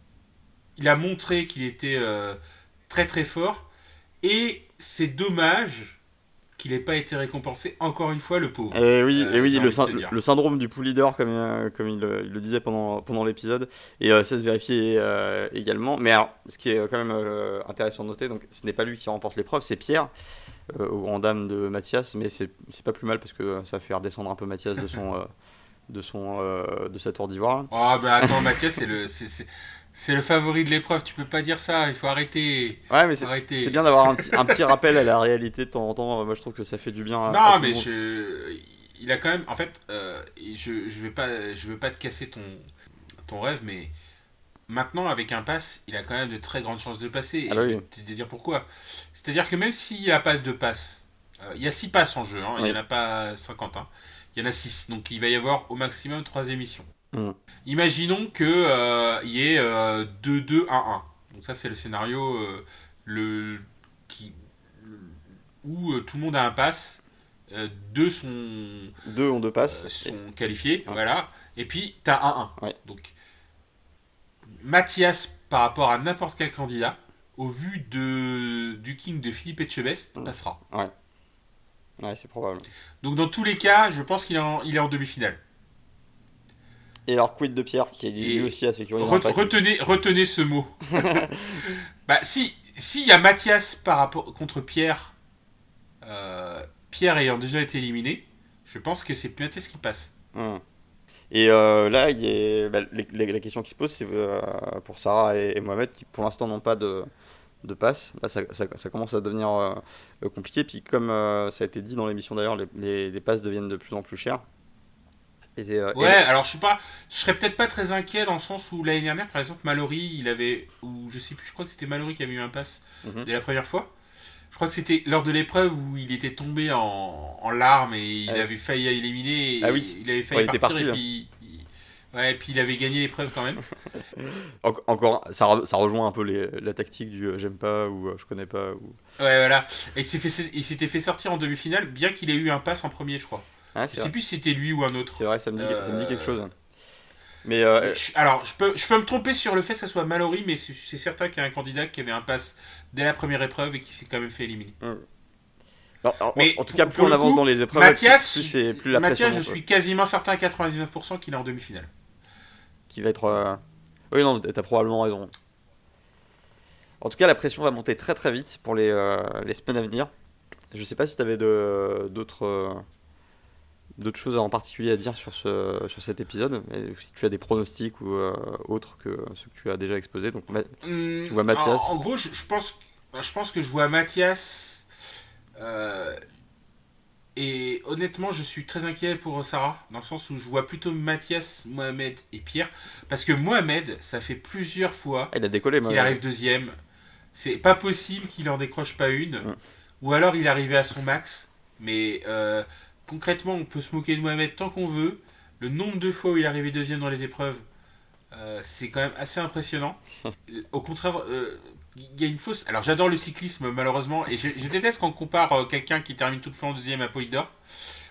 B: il a montré qu'il était euh, très très fort. Et c'est dommage qu'il n'ait pas été récompensé encore une fois, le pauvre.
A: Et oui, et
B: Euh,
A: oui
B: j'ai
A: le,
B: envie de
A: syn-
B: te dire.
A: le syndrome du pool leader, comme, euh, comme il, euh, il le disait pendant, pendant l'épisode, et euh, ça se vérifiait euh, également. Mais alors, ce qui est quand même euh, intéressant de noter, donc, ce n'est pas lui qui remporte l'épreuve, c'est Pierre, euh, au grand dam de Mathias, mais c'est c'est pas plus mal parce que ça fait redescendre un peu Mathias de, son, euh, de, son, euh, de sa tour d'ivoire.
B: Oh, bah attends, Mathias, c'est le, c'est, c'est, c'est le favori de l'épreuve. Tu peux pas dire ça. Il faut arrêter.
A: Ouais, mais
B: Faut
A: c'est
B: arrêter.
A: c'est bien d'avoir un, petit- un petit rappel à la réalité de temps en temps. Moi, je trouve que ça fait du bien à, à
B: Non,
A: tout le
B: mais
A: monde.
B: je, il a quand même. En fait, euh, et je, je vais pas, je veux pas te casser ton, ton rêve, mais maintenant avec un pass, il a quand même de très grandes chances de passer. Et
A: Ah bah
B: je
A: oui.
B: vais te dire pourquoi. C'est-à-dire que même s'il n'a pas de pass, euh, il y a six passes en jeu. Hein, il
A: Oui.
B: y en a pas cinquante. Hein, il y en a six. Donc il va y avoir au maximum trois émissions.
A: Mm.
B: Imaginons qu'il euh, y ait euh, deux deux un un. Donc ça c'est le scénario euh, le, qui, le- où euh, tout le monde a un pass. Euh, deux sont,
A: Deux ont deux passes.
B: euh,
A: Et-
B: sont qualifiés,
A: Ouais.
B: voilà. Et puis t'as un un.
A: Ouais.
B: Donc Mathias par rapport à n'importe quel candidat, au vu de, du King de Philippe Etchebest,
A: Mm.
B: passera.
A: Ouais, ouais c'est probable.
B: Donc dans tous les cas, je pense qu'il est en, il est en demi-finale.
A: Et alors, quid de Pierre, qui est lui
B: Et
A: aussi assez curieux.
B: Re- retenez, retenez ce mot. Bah, si s'il y a Mathias par rapport contre Pierre, euh, Pierre ayant déjà été éliminé, je pense que c'est Mathias qui passe.
A: Hum. Et euh, là, il y a, bah, les- les- la question qui se pose, c'est euh, pour Sarah et, et Mohamed, qui pour l'instant n'ont pas de, de passe. Là, ça, ça- ça commence à devenir euh, euh, compliqué. Puis comme euh, ça a été dit dans l'émission d'ailleurs, les, les, les passes deviennent de plus en plus chères. Et, c'est, euh, et-
B: Ouais, alors je suis pas, je serais peut-être pas très inquiet dans le sens où l'année dernière, par exemple, Mallory, il avait, ou je sais plus, je crois que c'était Mallory qui avait eu un pass
A: Mhm.
B: dès la première fois. Je crois que c'était lors de l'épreuve où il était tombé en, en larmes et il
A: Ah oui.
B: avait failli éliminer. Et
A: Ah oui.
B: il avait failli
A: Ouais, il était
B: partir
A: parti,
B: et
A: là.
B: puis, il- ouais, et puis il avait gagné l'épreuve quand même.
A: en- encore, ça, re- ça rejoint un peu les- la tactique du euh, j'aime pas ou euh, je connais pas. Ou...
B: Ouais, voilà. Et il s'est fait, il s'était fait sortir en demi-finale, bien qu'il ait eu un pass en premier, je crois.
A: Ah,
B: Je
A: c'est
B: sais
A: vrai.
B: plus si c'était lui ou un autre.
A: C'est vrai, ça me dit, ça me dit
B: Euh,
A: quelque chose. Mais euh,
B: Je- alors, je peux, je peux me tromper sur le fait que ça soit Mallory, mais c'est c'est certain qu'il y a un candidat qui avait un pass dès la première épreuve et qui s'est quand même fait éliminer.
A: non, en,
B: Mais
A: en tout cas,
B: pour-
A: plus
B: pour
A: on
B: le
A: avance
B: coup,
A: dans les épreuves,
B: Mathias,
A: plus, c'est- plus la pression
B: Mathias, je
A: monte,
B: suis quasiment certain à quatre-vingt-dix-neuf pour cent qu'il est en demi-finale.
A: qui va être. euh, Oui, non, t'as probablement raison. En tout cas, la pression va monter très très vite pour les, euh, les semaines à venir. Je sais pas si t'avais de- d'autres euh, d'autres choses en particulier à dire sur, ce, sur cet épisode, mais si tu as des pronostics ou euh, autres que ceux que tu as déjà exposés. Donc, Ma-
B: Hum,
A: Tu vois Mathias.
B: En, en gros, je, je pense, je pense que je vois Mathias. euh, et honnêtement, je suis très inquiet pour Sarah, dans le sens où je vois plutôt Mathias, Mohamed et Pierre. Parce que Mohamed, ça fait plusieurs fois
A: ah, il a décollé,
B: qu'il
A: moi.
B: arrive deuxième. C'est pas possible qu'il en décroche pas une.
A: Mm.
B: Ou alors il est arrivé à son max. Mais euh, concrètement, on peut se moquer de Mohamed tant qu'on veut. Le nombre de fois où il est arrivé deuxième dans les épreuves, euh, c'est quand même assez impressionnant. Au contraire, euh, il y a une fausse. Alors j'adore le cyclisme malheureusement. Et je, je déteste quand on compare euh, quelqu'un qui termine toute fois en deuxième à Polydor.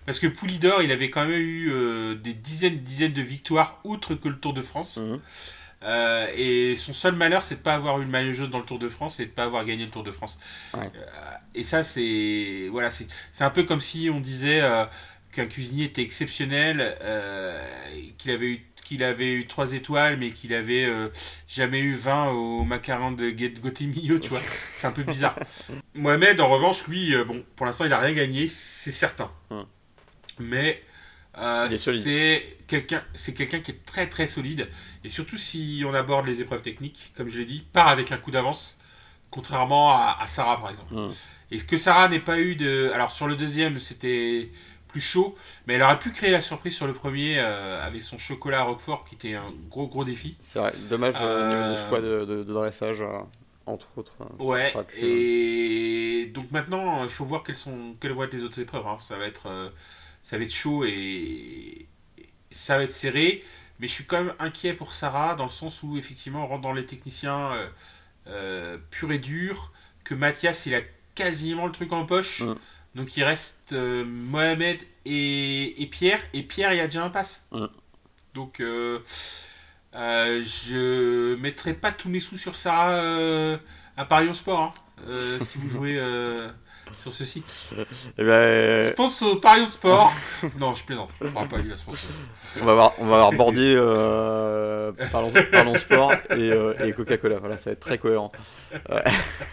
B: Parce que Poulidor, il avait quand même eu euh, des dizaines dizaines de victoires, outre que le Tour de France.
A: Mmh.
B: Euh, et son seul malheur, c'est de pas avoir eu le maillot jaune dans le Tour de France et de pas avoir gagné le Tour de France.
A: Ouais.
B: Euh, et ça, c'est voilà, c'est c'est un peu comme si on disait euh, qu'un cuisinier était exceptionnel, euh, qu'il avait eu qu'il avait eu trois étoiles, mais qu'il avait euh, jamais eu vingt au macaron de Gauthier Millot, tu vois. C'est un peu bizarre. Mohamed, en revanche, lui, euh, bon, pour l'instant, il a rien gagné, c'est certain.
A: Mmh.
B: Mais euh,
A: Il est solide.
B: c'est quelqu'un, c'est quelqu'un qui est très très solide. Et surtout si on aborde les épreuves techniques, comme je l'ai dit, part avec un coup d'avance, contrairement à, à Sarah par exemple.
A: Mmh.
B: Et que Sarah n'ait pas eu de... Alors sur le deuxième, c'était plus chaud, mais elle aurait pu créer la surprise sur le premier euh, avec son chocolat à Roquefort qui était un gros gros défi.
A: C'est vrai, dommage euh, au niveau
B: Euh,
A: des choix de, de, de dressage, euh, entre autres. euh, ça-
B: Ouais,
A: ça aurait pu, euh,
B: et donc maintenant, il faut voir quelles, sont, quelles vont être les autres épreuves. Hein. Ça va être, euh, ça va être chaud et ça va être serré. Mais je suis quand même inquiet pour Sarah dans le sens où effectivement on rentre dans les techniciens euh, euh, purs et durs. Que Mathias il a quasiment le truc en poche.
A: Mm.
B: Donc il reste euh, Mohamed et, et Pierre. Et Pierre il a déjà un pass.
A: Mm.
B: Donc euh, euh, je mettrai pas tous mes sous sur Sarah euh, à Parion Sport. Hein, euh, si vous jouez euh, sur ce site.
A: Eh ben, euh,
B: Sponsor Parion Sport. Non, je plaisante. On n'aura pas eu la sponsor.
A: on va avoir, on va avoir Bordier, euh, parlons, parlons sport et, euh, et Coca-Cola. Voilà, ça va être très cohérent. Ouais.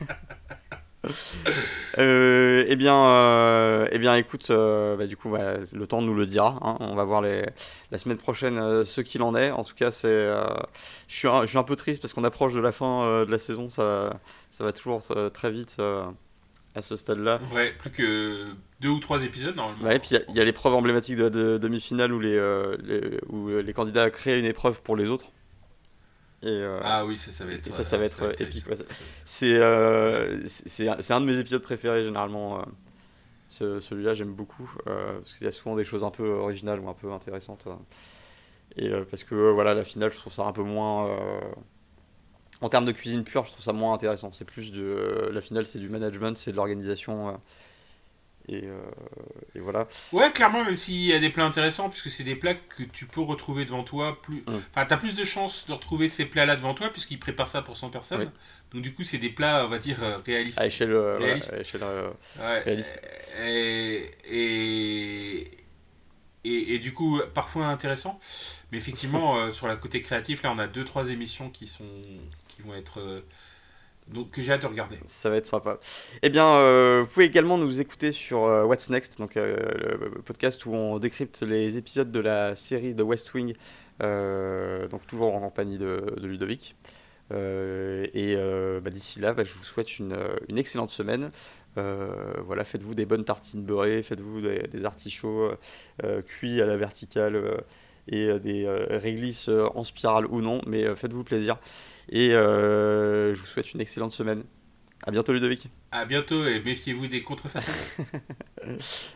A: Euh, eh bien, euh, eh bien, écoute, euh, bah, du coup, bah, le temps nous le dira. Hein. On va voir les, la semaine prochaine euh, ce qu'il en est. En tout cas, c'est, euh, je suis, un, je suis un peu triste parce qu'on approche de la fin euh, de la saison. Ça, va- ça va toujours euh, très vite euh, à ce stade-là.
B: Ouais, plus que deux ou trois épisodes normalement.
A: Ouais, et puis il y a- il y, a l'épreuve emblématique de la de- demi-finale où les, euh, les, où les candidats créent une épreuve pour les autres. Et, euh,
B: Ah oui, ça, ça va être.
A: et ça, ça va être euh,
B: terrible,
A: épique.
B: ça.
A: Ouais. C'est, euh, c'est, c'est c'est un de mes épisodes préférés généralement. euh, ce- celui-là, j'aime beaucoup euh, parce qu'il y a souvent des choses un peu originales ou un peu intéressantes. euh. Et euh, parce que euh, voilà, la finale, je trouve ça un peu moins. euh, En termes de cuisine pure, je trouve ça moins intéressant. C'est plus de. euh, La finale, c'est du management, c'est de l'organisation. euh, et, euh, et voilà.
B: Ouais, clairement, même s'il y a des plats intéressants, puisque c'est des plats que tu peux retrouver devant toi. Plus...
A: Mm.
B: Enfin, t'as plus de chances de retrouver ces plats-là devant toi, puisqu'ils préparent ça pour cent personnes.
A: Oui.
B: Donc, du coup, c'est des plats, on va dire, euh, réalistes.
A: À échelle, euh, voilà,
B: Réaliste.
A: à échelle euh,
B: Ouais.
A: réaliste.
B: Et, et, et, et du coup, parfois intéressant. Mais effectivement, euh, sur la côté créatif, là, on a deux, trois émissions qui, sont, qui vont être. euh, donc, que j'ai hâte de regarder.
A: Ça va être sympa. Eh bien, euh, vous pouvez également nous écouter sur euh, What's Next, donc euh, le podcast où on décrypte les épisodes de la série de West Wing, euh, donc toujours en compagnie de, de Ludovic. Euh, et euh, bah, d'ici là, bah, je vous souhaite une, une excellente semaine. Euh, voilà, faites-vous des bonnes tartines beurrées, faites-vous des, des artichauts euh, cuits à la verticale euh, et euh, des euh, réglisses euh, en spirale ou non, mais euh, faites-vous plaisir. Et euh, je vous souhaite une excellente semaine. À bientôt Ludovic.
B: À bientôt et méfiez-vous des contrefaçons.